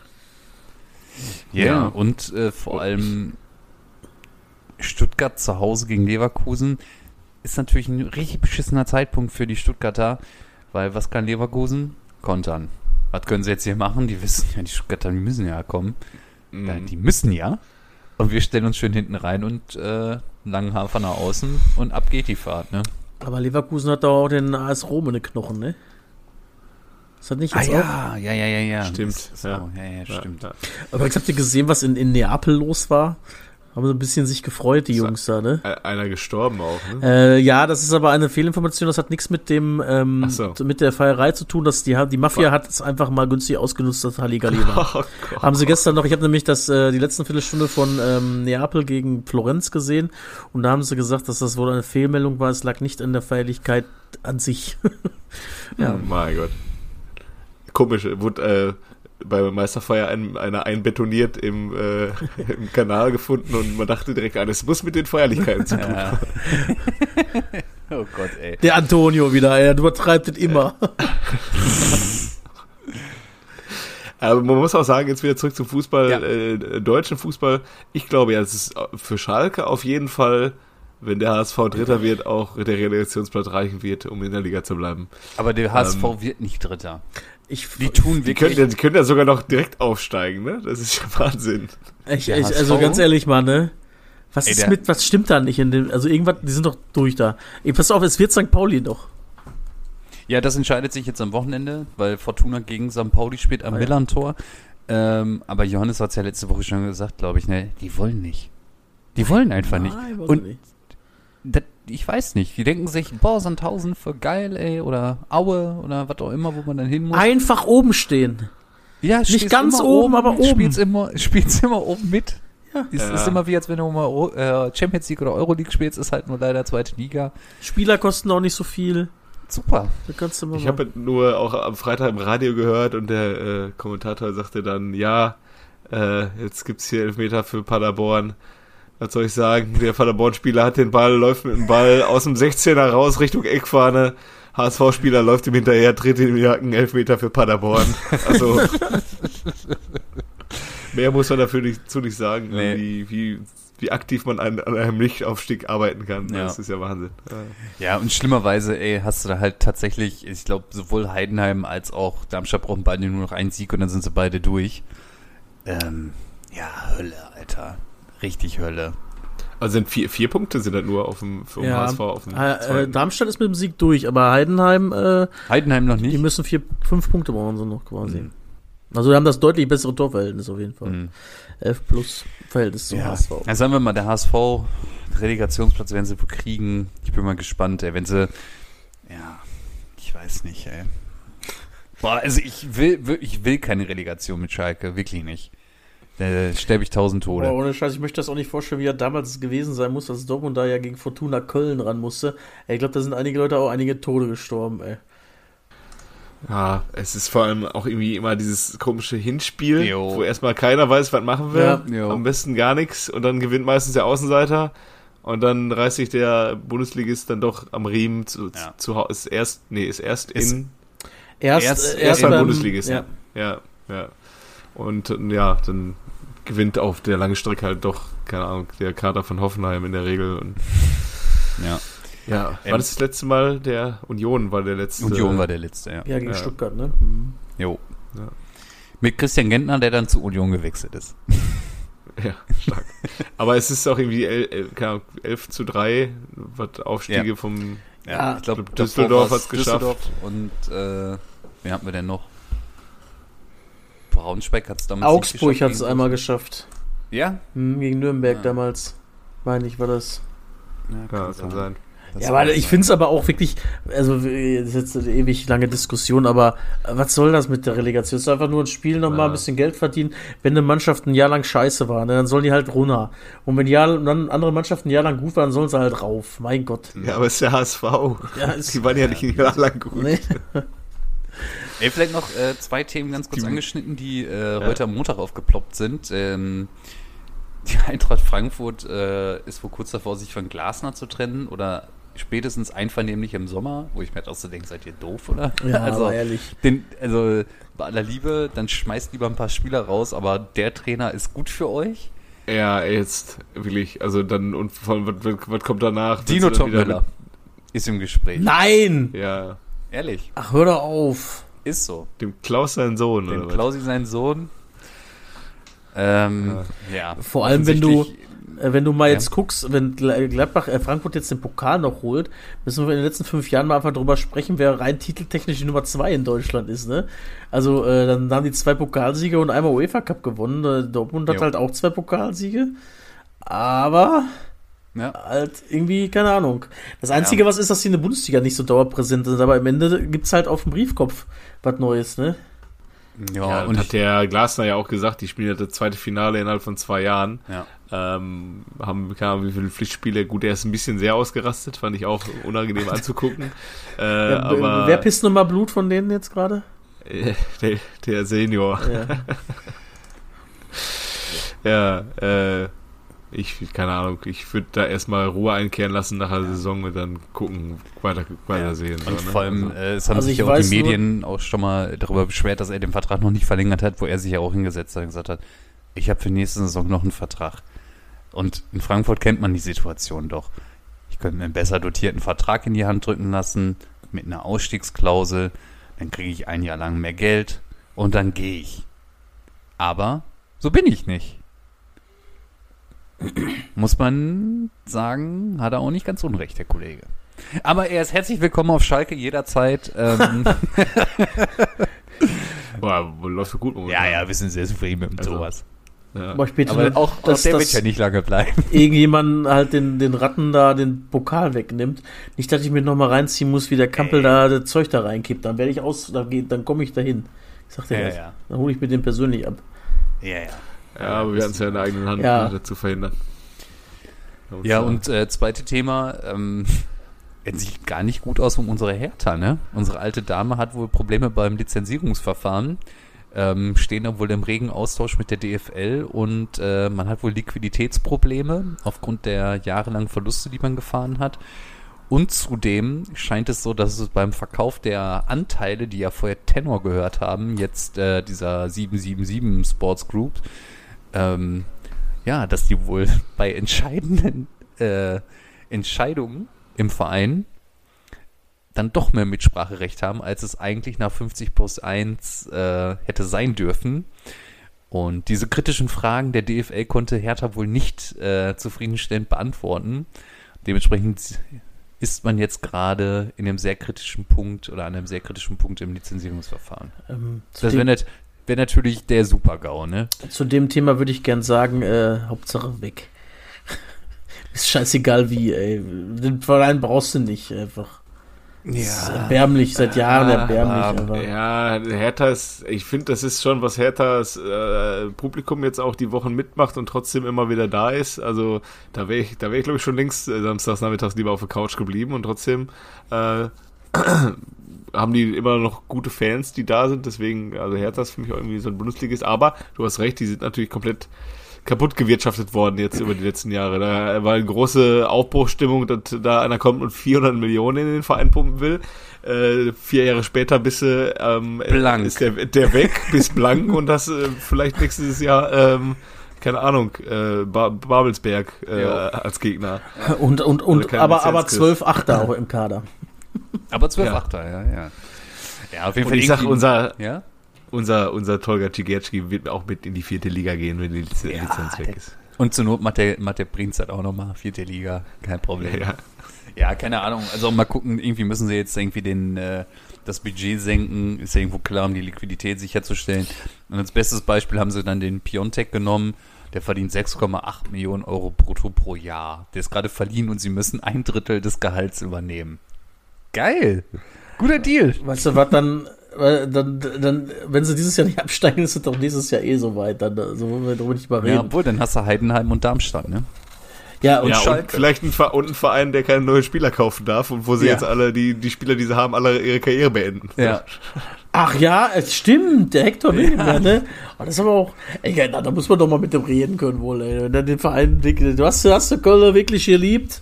Ja, Ja. und äh, vor allem Stuttgart zu Hause gegen Leverkusen ist natürlich ein richtig beschissener Zeitpunkt für die Stuttgarter, weil was kann Leverkusen? Kontern. Was können sie jetzt hier machen? Die wissen ja, die Stuttgarter, die müssen ja kommen. Mhm. Ja, die müssen ja. Und wir stellen uns schön hinten rein und äh, langen Hafer nach außen und ab geht die Fahrt, ne? Aber Leverkusen hat da auch den A S Rom in den Knochen, ne? Das hat nicht Ah jetzt auch. ja, ja, ja, ja, ja. Stimmt, Das ist so, ja. ja, ja, stimmt. Ja, Aber jetzt habt ihr gesehen, was in, in Neapel los war? Haben so ein bisschen sich gefreut, die So. Jungs da, ne? ja. Einer gestorben auch, ne? Äh, ja, das ist aber eine Fehlinformation, das hat nichts mit dem, ähm, Ach so. mit der Feierei zu tun, dass die, die Mafia hat es einfach mal günstig ausgenutzt, dass Halligalli war. Oh Gott. Haben sie gestern noch, ich habe nämlich das, äh, die letzten Viertelstunde von ähm, Neapel gegen Florenz gesehen und da haben sie gesagt, dass das wohl eine Fehlmeldung war, es lag nicht an der Feierlichkeit an sich. ja. Oh mein Gott. Komisch, wurde äh, bei Meisterfeier ein, einer einbetoniert im, äh, im Kanal gefunden und man dachte direkt an, es muss mit den Feierlichkeiten zu tun Ja. haben. Oh Gott, ey. Der Antonio wieder, er übertreibt es immer. Aber man muss auch sagen, jetzt wieder zurück zum Fußball, Ja. äh, deutschen Fußball. Ich glaube ja, es ist für Schalke auf jeden Fall, wenn der H S V Dritter wird, auch der Relegationsplatz reichen wird, um in der Liga zu bleiben. Aber der H S V Ähm, wird nicht Dritter. Ich, Die tun Die können, wirklich. ja- die können ja sogar noch direkt aufsteigen, ne? Das ist ja Wahnsinn. ich, Der ich, H S V? also ganz ehrlich mal, ne? Was Ey, ist der- mit, was stimmt da nicht in dem, also irgendwas, die sind doch durch da. Ey, pass auf, es wird Sankt Pauli doch. Ja, das entscheidet sich jetzt am Wochenende, weil Fortuna gegen Sankt Pauli spielt am Ah, ja. Millantor. Ähm, aber Johannes hat es ja letzte Woche schon gesagt, glaube ich, ne? Die wollen nicht. Die wollen einfach nicht. Nein, weiß Und nicht. das, ich weiß nicht. Die denken sich, boah, Sandhausen voll geil, ey. Oder Aue oder was auch immer, wo man dann hin muss. Einfach oben stehen. Ja, Nicht stehst ganz immer oben, aber oben. Spielst immer, spielst immer oben mit. Ja. Es Ja. ist immer wie, als wenn du mal äh, Champions League oder Euroleague spielst, ist halt nur leider zweite Liga. Spieler kosten auch nicht so viel. Super. Da kannst du mal Ich habe nur auch am Freitag im Radio gehört und der äh, Kommentator sagte dann, ja, äh, jetzt gibt's hier Elfmeter für Paderborn. Was soll ich sagen? Der Paderborn-Spieler hat den Ball, läuft mit dem Ball aus dem sechzehner raus Richtung Eckfahne. H S V-Spieler läuft ihm hinterher, tritt ihm in den Nacken, Elfmeter für Paderborn. Also mehr muss man dafür nicht, zu nicht sagen, Nee. wie, wie, wie aktiv man an, an einem Nichtaufstieg arbeiten kann. Ja. Das ist ja Wahnsinn. Ja. Ja, und schlimmerweise, ey, hast du da halt tatsächlich, ich glaube, sowohl Heidenheim als auch Darmstadt brauchen beide nur noch einen Sieg und dann sind sie beide durch. Ähm, ja, Hölle, Alter. Richtig Hölle. Also sind vier, vier Punkte sind das nur auf dem, vom Ja. H S V auf dem Äh, äh, zweiten. Darmstadt ist mit dem Sieg durch, aber Heidenheim, äh, Heidenheim noch die nicht. müssen vier, fünf Punkte brauchen sie noch quasi. Mhm. Also wir haben das deutlich bessere Torverhältnis auf jeden Fall. Mhm. elf plus Verhältnis zum Ja. H S V. Ja, sagen wir mal, der H S V, Relegationsplatz werden sie wohl kriegen. Ich bin mal gespannt, ey, wenn sie, ja, ich weiß nicht, ey. Boah, also ich will, will- ich will keine Relegation mit Schalke, wirklich nicht. Da sterbe ich tausend Tode. Boah, ohne Scheiß, ich möchte das auch nicht vorstellen, wie er damals gewesen sein muss, als Dortmund da ja gegen Fortuna Köln ran musste. Ey, ich glaube, da sind einige Leute auch einige Tode gestorben, ey. Ja, es ist vor allem auch irgendwie immer dieses komische Hinspiel, Jo. wo erstmal keiner weiß, was machen wir. Ja. Jo. Am besten gar nichts und dann gewinnt meistens der Außenseiter Und dann reißt sich der Bundesligist dann doch am Riemen zu, Ja. zu Hause. Ist erst, nee, ist erst Ist- in, Erst, Erst- äh, erst beim beim- Bundesligisten. Ja. Ja, ja. Und äh, ja, dann gewinnt auf der langen Strecke halt doch, keine Ahnung, der Kader von Hoffenheim in der Regel. Und Ja. ja, war Ähm, das das letzte Mal? Der Union war der letzte. Union war der letzte, ja. Ja, gegen Ja. Stuttgart, ne? Mhm. Jo. Ja. Mit Christian Gentner, der dann zu Union gewechselt ist. Ja, stark. Aber es ist auch irgendwie el, el, keine Ahnung, elf zu drei, was Aufstiege Ja. vom Ja, ich glaube, Düsseldorf hat's geschafft. Und äh, wen hatten wir denn noch? Braunschweig hat es damals Augsburg nicht hat es geschafft einmal gegen- geschafft. Ja? Hm, gegen Nürnberg Ah. damals. Meine ich, war das. Ja, kann sein. Das ja, kann aber ich sein. finde es aber auch wirklich, also das ist jetzt eine ewig lange Diskussion, aber was soll das mit der Relegation? Es ist einfach nur ein Spiel, nochmal Ja. ein bisschen Geld verdienen. Wenn eine Mannschaft ein Jahr lang scheiße war, ne, dann sollen die halt runter. Und wenn Jahr, dann andere Mannschaften ein Jahr lang gut waren, dann sollen sie halt rauf. Mein Gott. Ja, aber es ist der H S V. Ja, ist- Die waren ja nicht ein Jahr lang gut. Nee. Ey, vielleicht noch äh, zwei Themen ganz kurz Die- angeschnitten, die äh, heute am Montag aufgeploppt sind. Ähm, die Eintracht Frankfurt äh, ist vor kurz davor, sich von Glasner zu trennen oder spätestens einvernehmlich im Sommer, wo ich mir halt auch so denke, seid ihr doof, oder? Ja, also, aber ehrlich. Den, also bei aller Liebe, dann schmeißt lieber ein paar Spieler raus, aber der Trainer ist gut für euch. Ja, jetzt wirklich, also dann, und vor allem, was, was, was kommt danach? Dino Willst du dann wieder Topmüller ist im Gespräch. Nein! mit- Ja, Ehrlich, Ach, hör doch auf. ist so. dem Klaus sein Sohn, Dem oder was? Klausi sein Sohn. Ähm, ja. Vor allem, wenn du, offensichtlich- äh, wenn du mal Ja. jetzt guckst, wenn Gle- Gladbach, äh, Frankfurt jetzt den Pokal noch holt, müssen wir in den letzten fünf Jahren mal einfach drüber sprechen, wer rein titeltechnisch die Nummer zwei in Deutschland ist, ne? Also, äh, dann haben die zwei Pokalsiege und einmal UEFA Cup gewonnen. Äh, Dortmund hat Jo. halt auch zwei Pokalsiege. Aber Ja. halt irgendwie, keine Ahnung. Das Einzige, was ist, dass die in der Bundesliga nicht so dauerpräsent sind, aber am Ende gibt's halt auf dem Briefkopf was Neues, ne? Ja, Ja, und und hat ich, der Glasner ja auch gesagt, die spielen ja das zweite Finale innerhalb von zwei Jahren. ja. Ähm, haben, keine Ahnung, wie viele Pflichtspiele. Gut, der ist ein bisschen sehr ausgerastet, fand ich auch unangenehm anzugucken. Äh, Ja, aber wer pisst nochmal Blut von denen jetzt gerade? äh, der, der Senior. Ja. Ja, äh, ich, keine Ahnung, ich würde da erstmal Ruhe einkehren lassen nach der Saison und dann gucken, weiter, weiter sehen. Und so, ne? vor allem, Also, äh, es haben Also sich ich ja auch die weiß nur- Medien auch schon mal darüber beschwert, dass er den Vertrag noch nicht verlängert hat, wo er sich ja auch hingesetzt hat und gesagt hat, ich habe für nächste Saison noch einen Vertrag. Und in Frankfurt kennt man die Situation doch. Ich könnte mir einen besser dotierten Vertrag in die Hand drücken lassen, mit einer Ausstiegsklausel, dann kriege ich ein Jahr lang mehr Geld und dann gehe ich. Aber so bin ich nicht. Muss man sagen, hat er auch nicht ganz unrecht, der Kollege. Aber er ist herzlich willkommen auf Schalke jederzeit. Ähm, boah, läuft so gut momentan. ja, ja, wir sind sehr zufrieden mit Also, sowas. Ja. Aber ich bitte, Aber auch, auch dass, der wird dass ja nicht lange bleiben. irgendjemand halt den, den Ratten da den Pokal wegnimmt. Nicht, dass ich mir nochmal reinziehen muss, wie der Kampel da das Zeug da reinkippt. Dann werde ich aus, dann, geht- dann komme ich dahin. Ich sag dir Ja, das. ja. Dann hole ich mir den persönlich ab. Ja, ja. Ja, aber wir hatten es ja in der eigenen Hand, Ja. das zu verhindern. Ja, und äh, zweite Thema, ähm, es sieht gar nicht gut aus um unsere Hertha, ne? Unsere alte Dame hat wohl Probleme beim Lizenzierungsverfahren, ähm, stehen da wohl im regen Austausch mit der D F L und äh, man hat wohl Liquiditätsprobleme aufgrund der jahrelangen Verluste, die man gefahren hat. Und zudem scheint es so, dass es beim Verkauf der Anteile, die ja vorher Tenor gehört haben, jetzt äh, dieser sieben sieben sieben Sports Group, ähm, ja, dass die wohl bei entscheidenden äh, Entscheidungen im Verein dann doch mehr Mitspracherecht haben, als es eigentlich nach fünfzig plus eins äh, hätte sein dürfen. Und diese kritischen Fragen der D F L konnte Hertha wohl nicht äh, zufriedenstellend beantworten. Dementsprechend ist man jetzt gerade in einem sehr kritischen Punkt oder an einem sehr kritischen Punkt im Lizenzierungsverfahren. Ähm, zu, Das wäre dem, nat wär natürlich der Super-GAU, ne? zu dem Thema würde ich gern sagen, äh, Hauptsache weg. Ist scheißegal wie, ey. Den Verein brauchst du nicht, einfach. Ist erbärmlich, seit Jahren Ah, erbärmlich. aber, Aber, ja, Hertha ist, ich finde, das ist schon, was Herthas äh, Publikum jetzt auch die Wochen mitmacht und trotzdem immer wieder da ist. Also da wäre ich, da wäre ich glaube ich schon längst äh, samstags nachmittags lieber auf der Couch geblieben und trotzdem äh, haben die immer noch gute Fans, die da sind. Deswegen, also Hertha ist für mich auch irgendwie so ein Bundesligist. Aber du hast recht, die sind natürlich komplett kaputt gewirtschaftet worden jetzt über die letzten Jahre. Da war eine große Aufbruchsstimmung, dass da einer kommt und vierhundert Millionen in den Verein pumpen will. Äh, vier Jahre später bist du, ähm, blank. ist der, der weg, bist blank und hast äh, vielleicht nächstes Jahr, ähm, keine Ahnung, äh, ba- Babelsberg äh, als Gegner. Und, und, und, aber, aber zwölf Achter auch im Kader. Aber zwölf Ja. Achter, ja, ja. Ja, auf jeden Und Fall. ich sag, irgendwie- unser, ja? unser, unser Tolga Cigerski wird auch mit in die vierte Liga gehen, wenn die Liz- Ja, Lizenz weg der- ist. Und zur Not macht der, macht der Prinz halt auch nochmal vierte Liga, kein Problem. Ja. Ja, keine Ahnung. Also mal gucken, irgendwie müssen sie jetzt irgendwie den äh, das Budget senken, ist ja irgendwo klar, um die Liquidität sicherzustellen. Und als bestes Beispiel haben sie dann den Piontek genommen, der verdient sechs Komma acht Millionen Euro brutto pro Jahr. Der ist gerade verliehen und sie müssen ein Drittel des Gehalts übernehmen. Geil! Guter Deal! Weißt du, was dann, weil dann, dann, wenn sie dieses Jahr nicht absteigen, ist es doch nächstes Jahr eh soweit. Dann, so wollen wir darüber nicht mal Ja, reden. obwohl, dann hast du Heidenheim und Darmstadt, ne? Ja, und Ja, Schalke. und vielleicht ein, Ver- und ein Verein, der keine neuen Spieler kaufen darf und wo sie Ja. jetzt alle, die, die Spieler, die sie haben, alle ihre Karriere beenden. Ja. Ach ja, es stimmt, der Hector Willinger, ne? Oh, das ist aber auch, ey, ja, da muss man doch mal mit dem reden können wohl, ey. Wenn er den Verein wirklich, du hast, hast du Köln wirklich geliebt?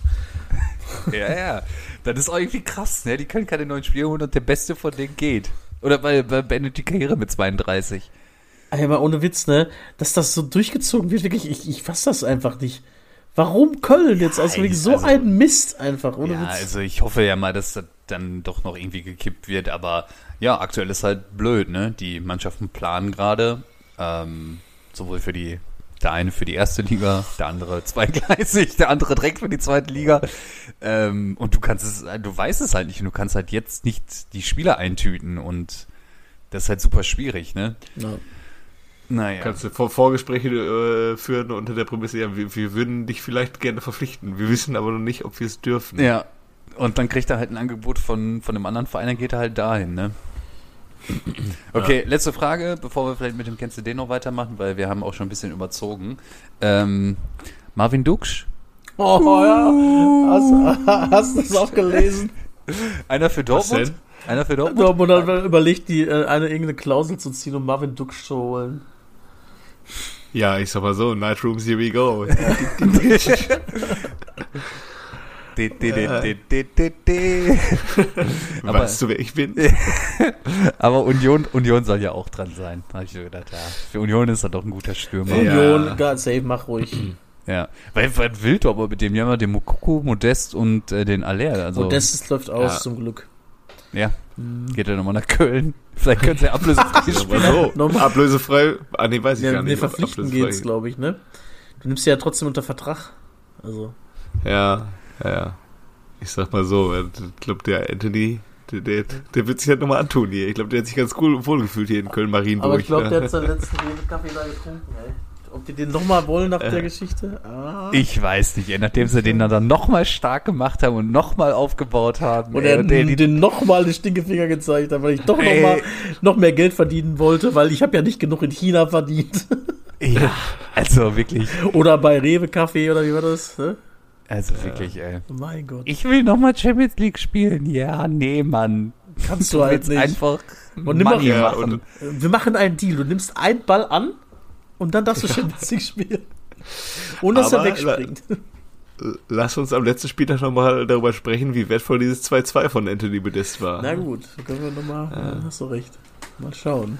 Ja, ja. Das ist auch irgendwie krass, ne? Die können keine neuen Spieler holen und der Beste von denen geht. Oder weil, weil beendet die Karriere mit zweiunddreißig. Ey, mal ohne Witz, ne? Dass das so durchgezogen wird, wirklich, ich, ich fass das einfach nicht. Warum Köln jetzt? Also wirklich so also- ein Mist einfach, ohne Ja, Witz. also ich hoffe ja mal, dass das dann doch noch irgendwie gekippt wird, aber ja, aktuell ist halt blöd, ne? Die Mannschaften planen gerade, ähm, sowohl für die, der eine für die erste Liga, der andere zweigleisig, der andere direkt für die zweite Liga. Ähm, und du kannst es, du weißt es halt nicht und du kannst halt jetzt nicht die Spieler eintüten und das ist halt super schwierig, ne? Ja. Naja. Kannst du Vor Vorgespräche äh, führen unter der Prämisse, ja, wir, wir würden dich vielleicht gerne verpflichten. Wir wissen aber noch nicht, ob wir es dürfen. Ja. Und dann kriegt er halt ein Angebot von, von einem anderen Verein, dann geht er halt dahin, ne? Okay, ja. Letzte Frage, bevor wir vielleicht mit dem Kennst du den noch weitermachen, weil wir haben auch schon ein bisschen überzogen. Ähm, Marvin Duksch? Oh ja, hast, hast du das auch gelesen? Einer für Dortmund? Einer für Dortmund? Dortmund hat überlegt, die, äh, eine irgendeine Klausel zu ziehen, um Marvin Duksch zu holen. Ja, ich sag mal so, Nightrooms, here we go. De, de, de, de, de, de, de. Aber, weißt du, wer ich bin? aber Union, Union soll ja auch dran sein. Da habe ich so gedacht, ja. Für Union ist er doch ein guter Stürmer. Ja. Union, gar safe, mach ruhig. Ja. Weil, was will du aber mit dem? Wir haben ja den Mukoko, Modest und äh, den Aller. Also, Modest läuft aus, Ja. zum Glück. ja. Geht er nochmal nach Köln? Vielleicht können sie ablösefrei Aber spielen. so, Nochmal. ablösefrei. Ah, nee, weiß ich Ja, gar nee, nicht. ob verpflichten ablösefrei- geht's, glaube ich, ne? Du nimmst sie ja trotzdem unter Vertrag. Also. Ja, ja, ja. Ich sag mal so, ich glaube, der Anthony, der, der, der wird sich halt nochmal antun hier. Ich glaube, der hat sich ganz cool wohlgefühlt hier in Köln-Marienburg. Aber ich glaube, der hat seinen letzten Kaffee da getrunken, ey. Ob die den nochmal wollen nach der Geschichte? Ah. Ich weiß nicht, ey, nachdem sie den dann nochmal stark gemacht haben und nochmal aufgebaut haben. Und ey, er und der, den, den nochmal den Stinkefinger gezeigt hat, weil ich doch Ey. nochmal noch mehr Geld verdienen wollte, weil ich habe ja nicht genug in China verdient. ja, also wirklich, Oder bei Rewe Kaffee oder wie war das? Ne? also wirklich, ey. Mein Gott. Ich will nochmal Champions League spielen. Ja, nee, Mann. Kannst du halt willst nicht. einfach Und nimm Money doch- Ja, machen. und- Wir machen einen Deal. Du nimmst einen Ball an und dann darfst du Champions League spielen. Ohne dass er Aber- wegspringt. Lass uns am letzten Spieltag nochmal darüber sprechen, wie wertvoll dieses zwei zwei von Anthony Modest war. Na gut, können wir nochmal. Ja. Hast du recht. Mal schauen.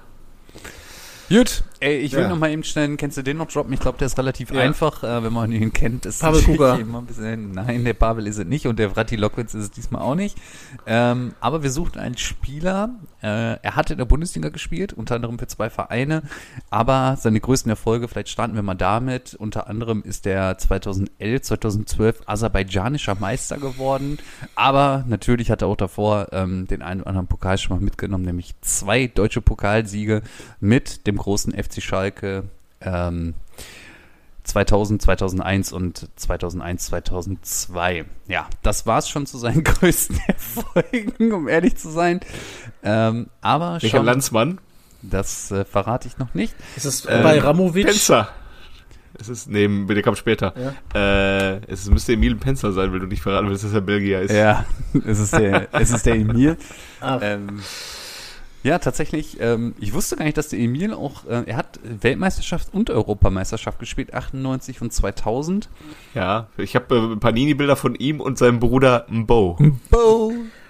Gut, ey, ich will Ja. noch mal eben schnell, kennst du den noch droppen? Ich glaube, der ist relativ Ja. einfach, äh, wenn man ihn kennt. Ist Pavel natürlich Kuka. immer ein bisschen, nein, der Pavel ist es nicht und der Vrati Lokwitz ist es diesmal auch nicht. Ähm, aber wir suchten einen Spieler, äh, er hat in der Bundesliga gespielt, unter anderem für zwei Vereine, aber seine größten Erfolge, vielleicht starten wir mal damit, unter anderem ist der zweitausendelf, zweitausendzwölf aserbaidschanischer Meister geworden, aber natürlich hat er auch davor ähm, den einen oder anderen Pokal schon mal mitgenommen, nämlich zwei deutsche Pokalsiege mit dem großen F C Schalke ähm, zweitausend, zweitausendeins und zweitausendeins, zweitausendzwei. Ja, das war's schon zu seinen größten Erfolgen, um ehrlich zu sein. Ähm, aber Welcher schon, Landsmann? das äh, verrate ich noch nicht. Ist es Ähm, bei Ramovic? Penzer. Es ist, nee, der kommt später. Äh, es müsste Emil Penzer sein, weil du nicht verraten willst, dass er Belgier ist. Ja, es ist der, es ist der Emil. Ach. Ähm, Ja, tatsächlich, ähm, ich wusste gar nicht, dass der Emil auch, äh, er hat Weltmeisterschaft und Europameisterschaft gespielt, achtundneunzig und zweitausend. Ja, ich habe äh, Panini-Bilder von ihm und seinem Bruder Mbo. Bo!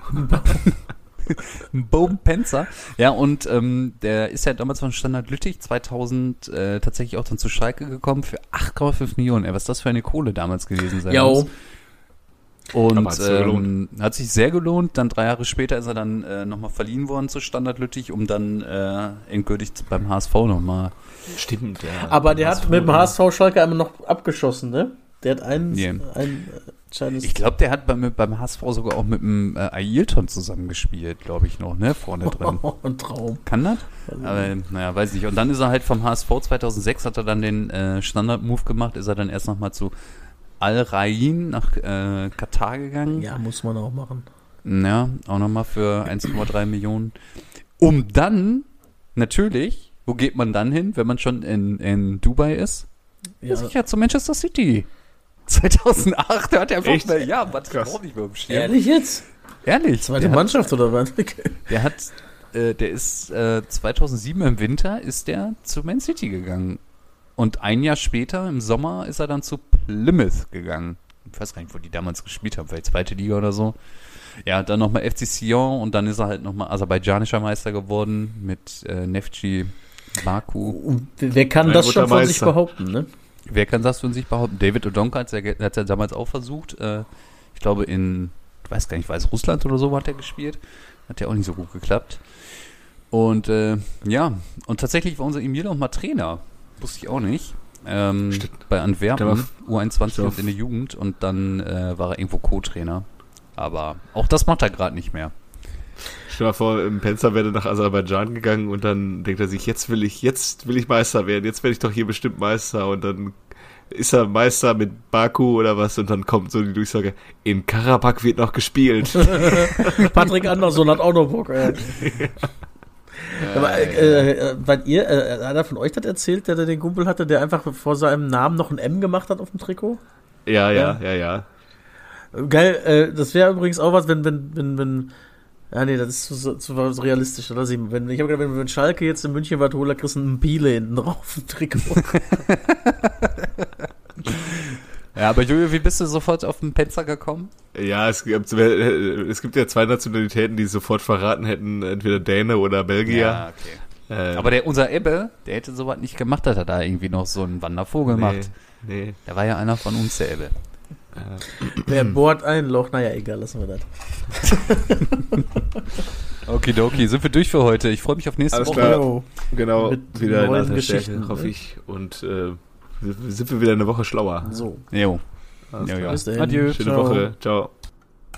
Bo Penzer. Ja, und ähm, der ist ja damals von Standard Lüttich zweitausend äh, tatsächlich auch dann zu Schalke gekommen für acht Komma fünf Millionen. Ey, was das für eine Kohle damals gewesen sein Jo. muss. Und Aber hat's so ähm, hat sich sehr gelohnt. Dann drei Jahre später ist er dann äh, nochmal verliehen worden zu Standard Lüttich, um dann äh, endgültig beim H S V nochmal. Stimmt, ja. Aber der hat mit dem H S V Schalke einmal noch abgeschossen, ne? Der hat einen, Yeah. ein entscheidendes... Ich glaube, der hat beim, beim H S V sogar auch mit dem äh, Ailton zusammengespielt, glaube ich noch, ne? Vorne drin. Ein Traum. Kann das? Aber, naja, weiß nicht. Und dann ist er halt vom H S V zweitausendsechs, hat er dann den äh, Standard-Move gemacht, ist er dann erst nochmal zu Al-Rain nach äh, Katar gegangen. Ja, muss man auch machen. Ja, auch nochmal für eins Komma drei Millionen. Um dann, natürlich, wo geht man dann hin, wenn man schon in, in Dubai ist? Ja, sicher zu Manchester City. zweitausendacht, da hat er einfach Echt? mehr, ja, was Krass. überhaupt nicht mehr im Schirm. Ehrlich jetzt? Ehrlich. Zweite der Mannschaft oder was? Hat, der hat, äh, der ist äh, zweitausendsieben im Winter ist der zu Man City gegangen. Und ein Jahr später, im Sommer, ist er dann zu Plymouth gegangen. Ich weiß gar nicht, wo die damals gespielt haben, vielleicht zweite Liga oder so. Ja, dann nochmal F C Sion und dann ist er halt nochmal aserbaidschanischer Meister geworden mit äh, Neftchi Baku. Und wer kann Mein das schon von Meister. sich behaupten, ne? Wer kann das von sich behaupten? David Odonka hat es ja, ja damals auch versucht. Äh, ich glaube in, ich weiß gar nicht, Weißrussland oder so hat er gespielt. Hat ja auch nicht so gut geklappt. Und äh, ja, und tatsächlich war unser Emil auch mal Trainer. Wusste ich auch nicht. Ähm, bei Antwerpen, U einundzwanzig und in der Jugend. Und dann äh, war er irgendwo Co-Trainer. Aber auch das macht er gerade nicht mehr. Stell dir mal vor, im Penzer wäre nach Aserbaidschan gegangen und dann denkt er sich, jetzt will ich, jetzt will ich Meister werden, jetzt werde ich doch hier bestimmt Meister und dann ist er Meister mit Baku oder was und dann kommt so die Durchsage, in Karabakh wird noch gespielt. Patrick Andersson hat auch noch Bock, ey. Aber, äh, äh, weil ihr, äh, einer von euch hat erzählt, der, der den Kumpel hatte, der einfach vor seinem Namen noch ein M gemacht hat auf dem Trikot? Ja, ja, ja, ja. Geil, äh, das wäre übrigens auch was, wenn, wenn, wenn, wenn, ja nee, das ist zu, zu, zu realistisch, oder? Wenn, ich habe gedacht, wenn, wenn Schalke jetzt in München was holt, kriegst du einen Biele hinten drauf im Trikot. Ja, aber Jojo, wie bist du sofort auf den Penzer gekommen? Ja, es gibt, es gibt ja zwei Nationalitäten, die sofort verraten hätten, entweder Däne oder Belgier. Ja, okay. Ähm, Aber der, unser Ebbe, der hätte sowas nicht gemacht, dass er da irgendwie noch so einen Wandervogel macht. Nee. Der war ja einer von uns, der Ebbe. Wer bohrt ein Loch? Naja, egal, lassen wir das. Okidoki, sind wir durch für heute. Ich freue mich auf nächste Alles Woche. klar. Jo. Genau, Mit wieder in neuen alter Stärke, Geschichten, hoffe ne? ich. Und äh, sind wir wieder eine Woche schlauer. So. Jo. Alles Jo, klar. jo. Bis dahin. Adieu. Schöne Ciao. Woche. Ciao.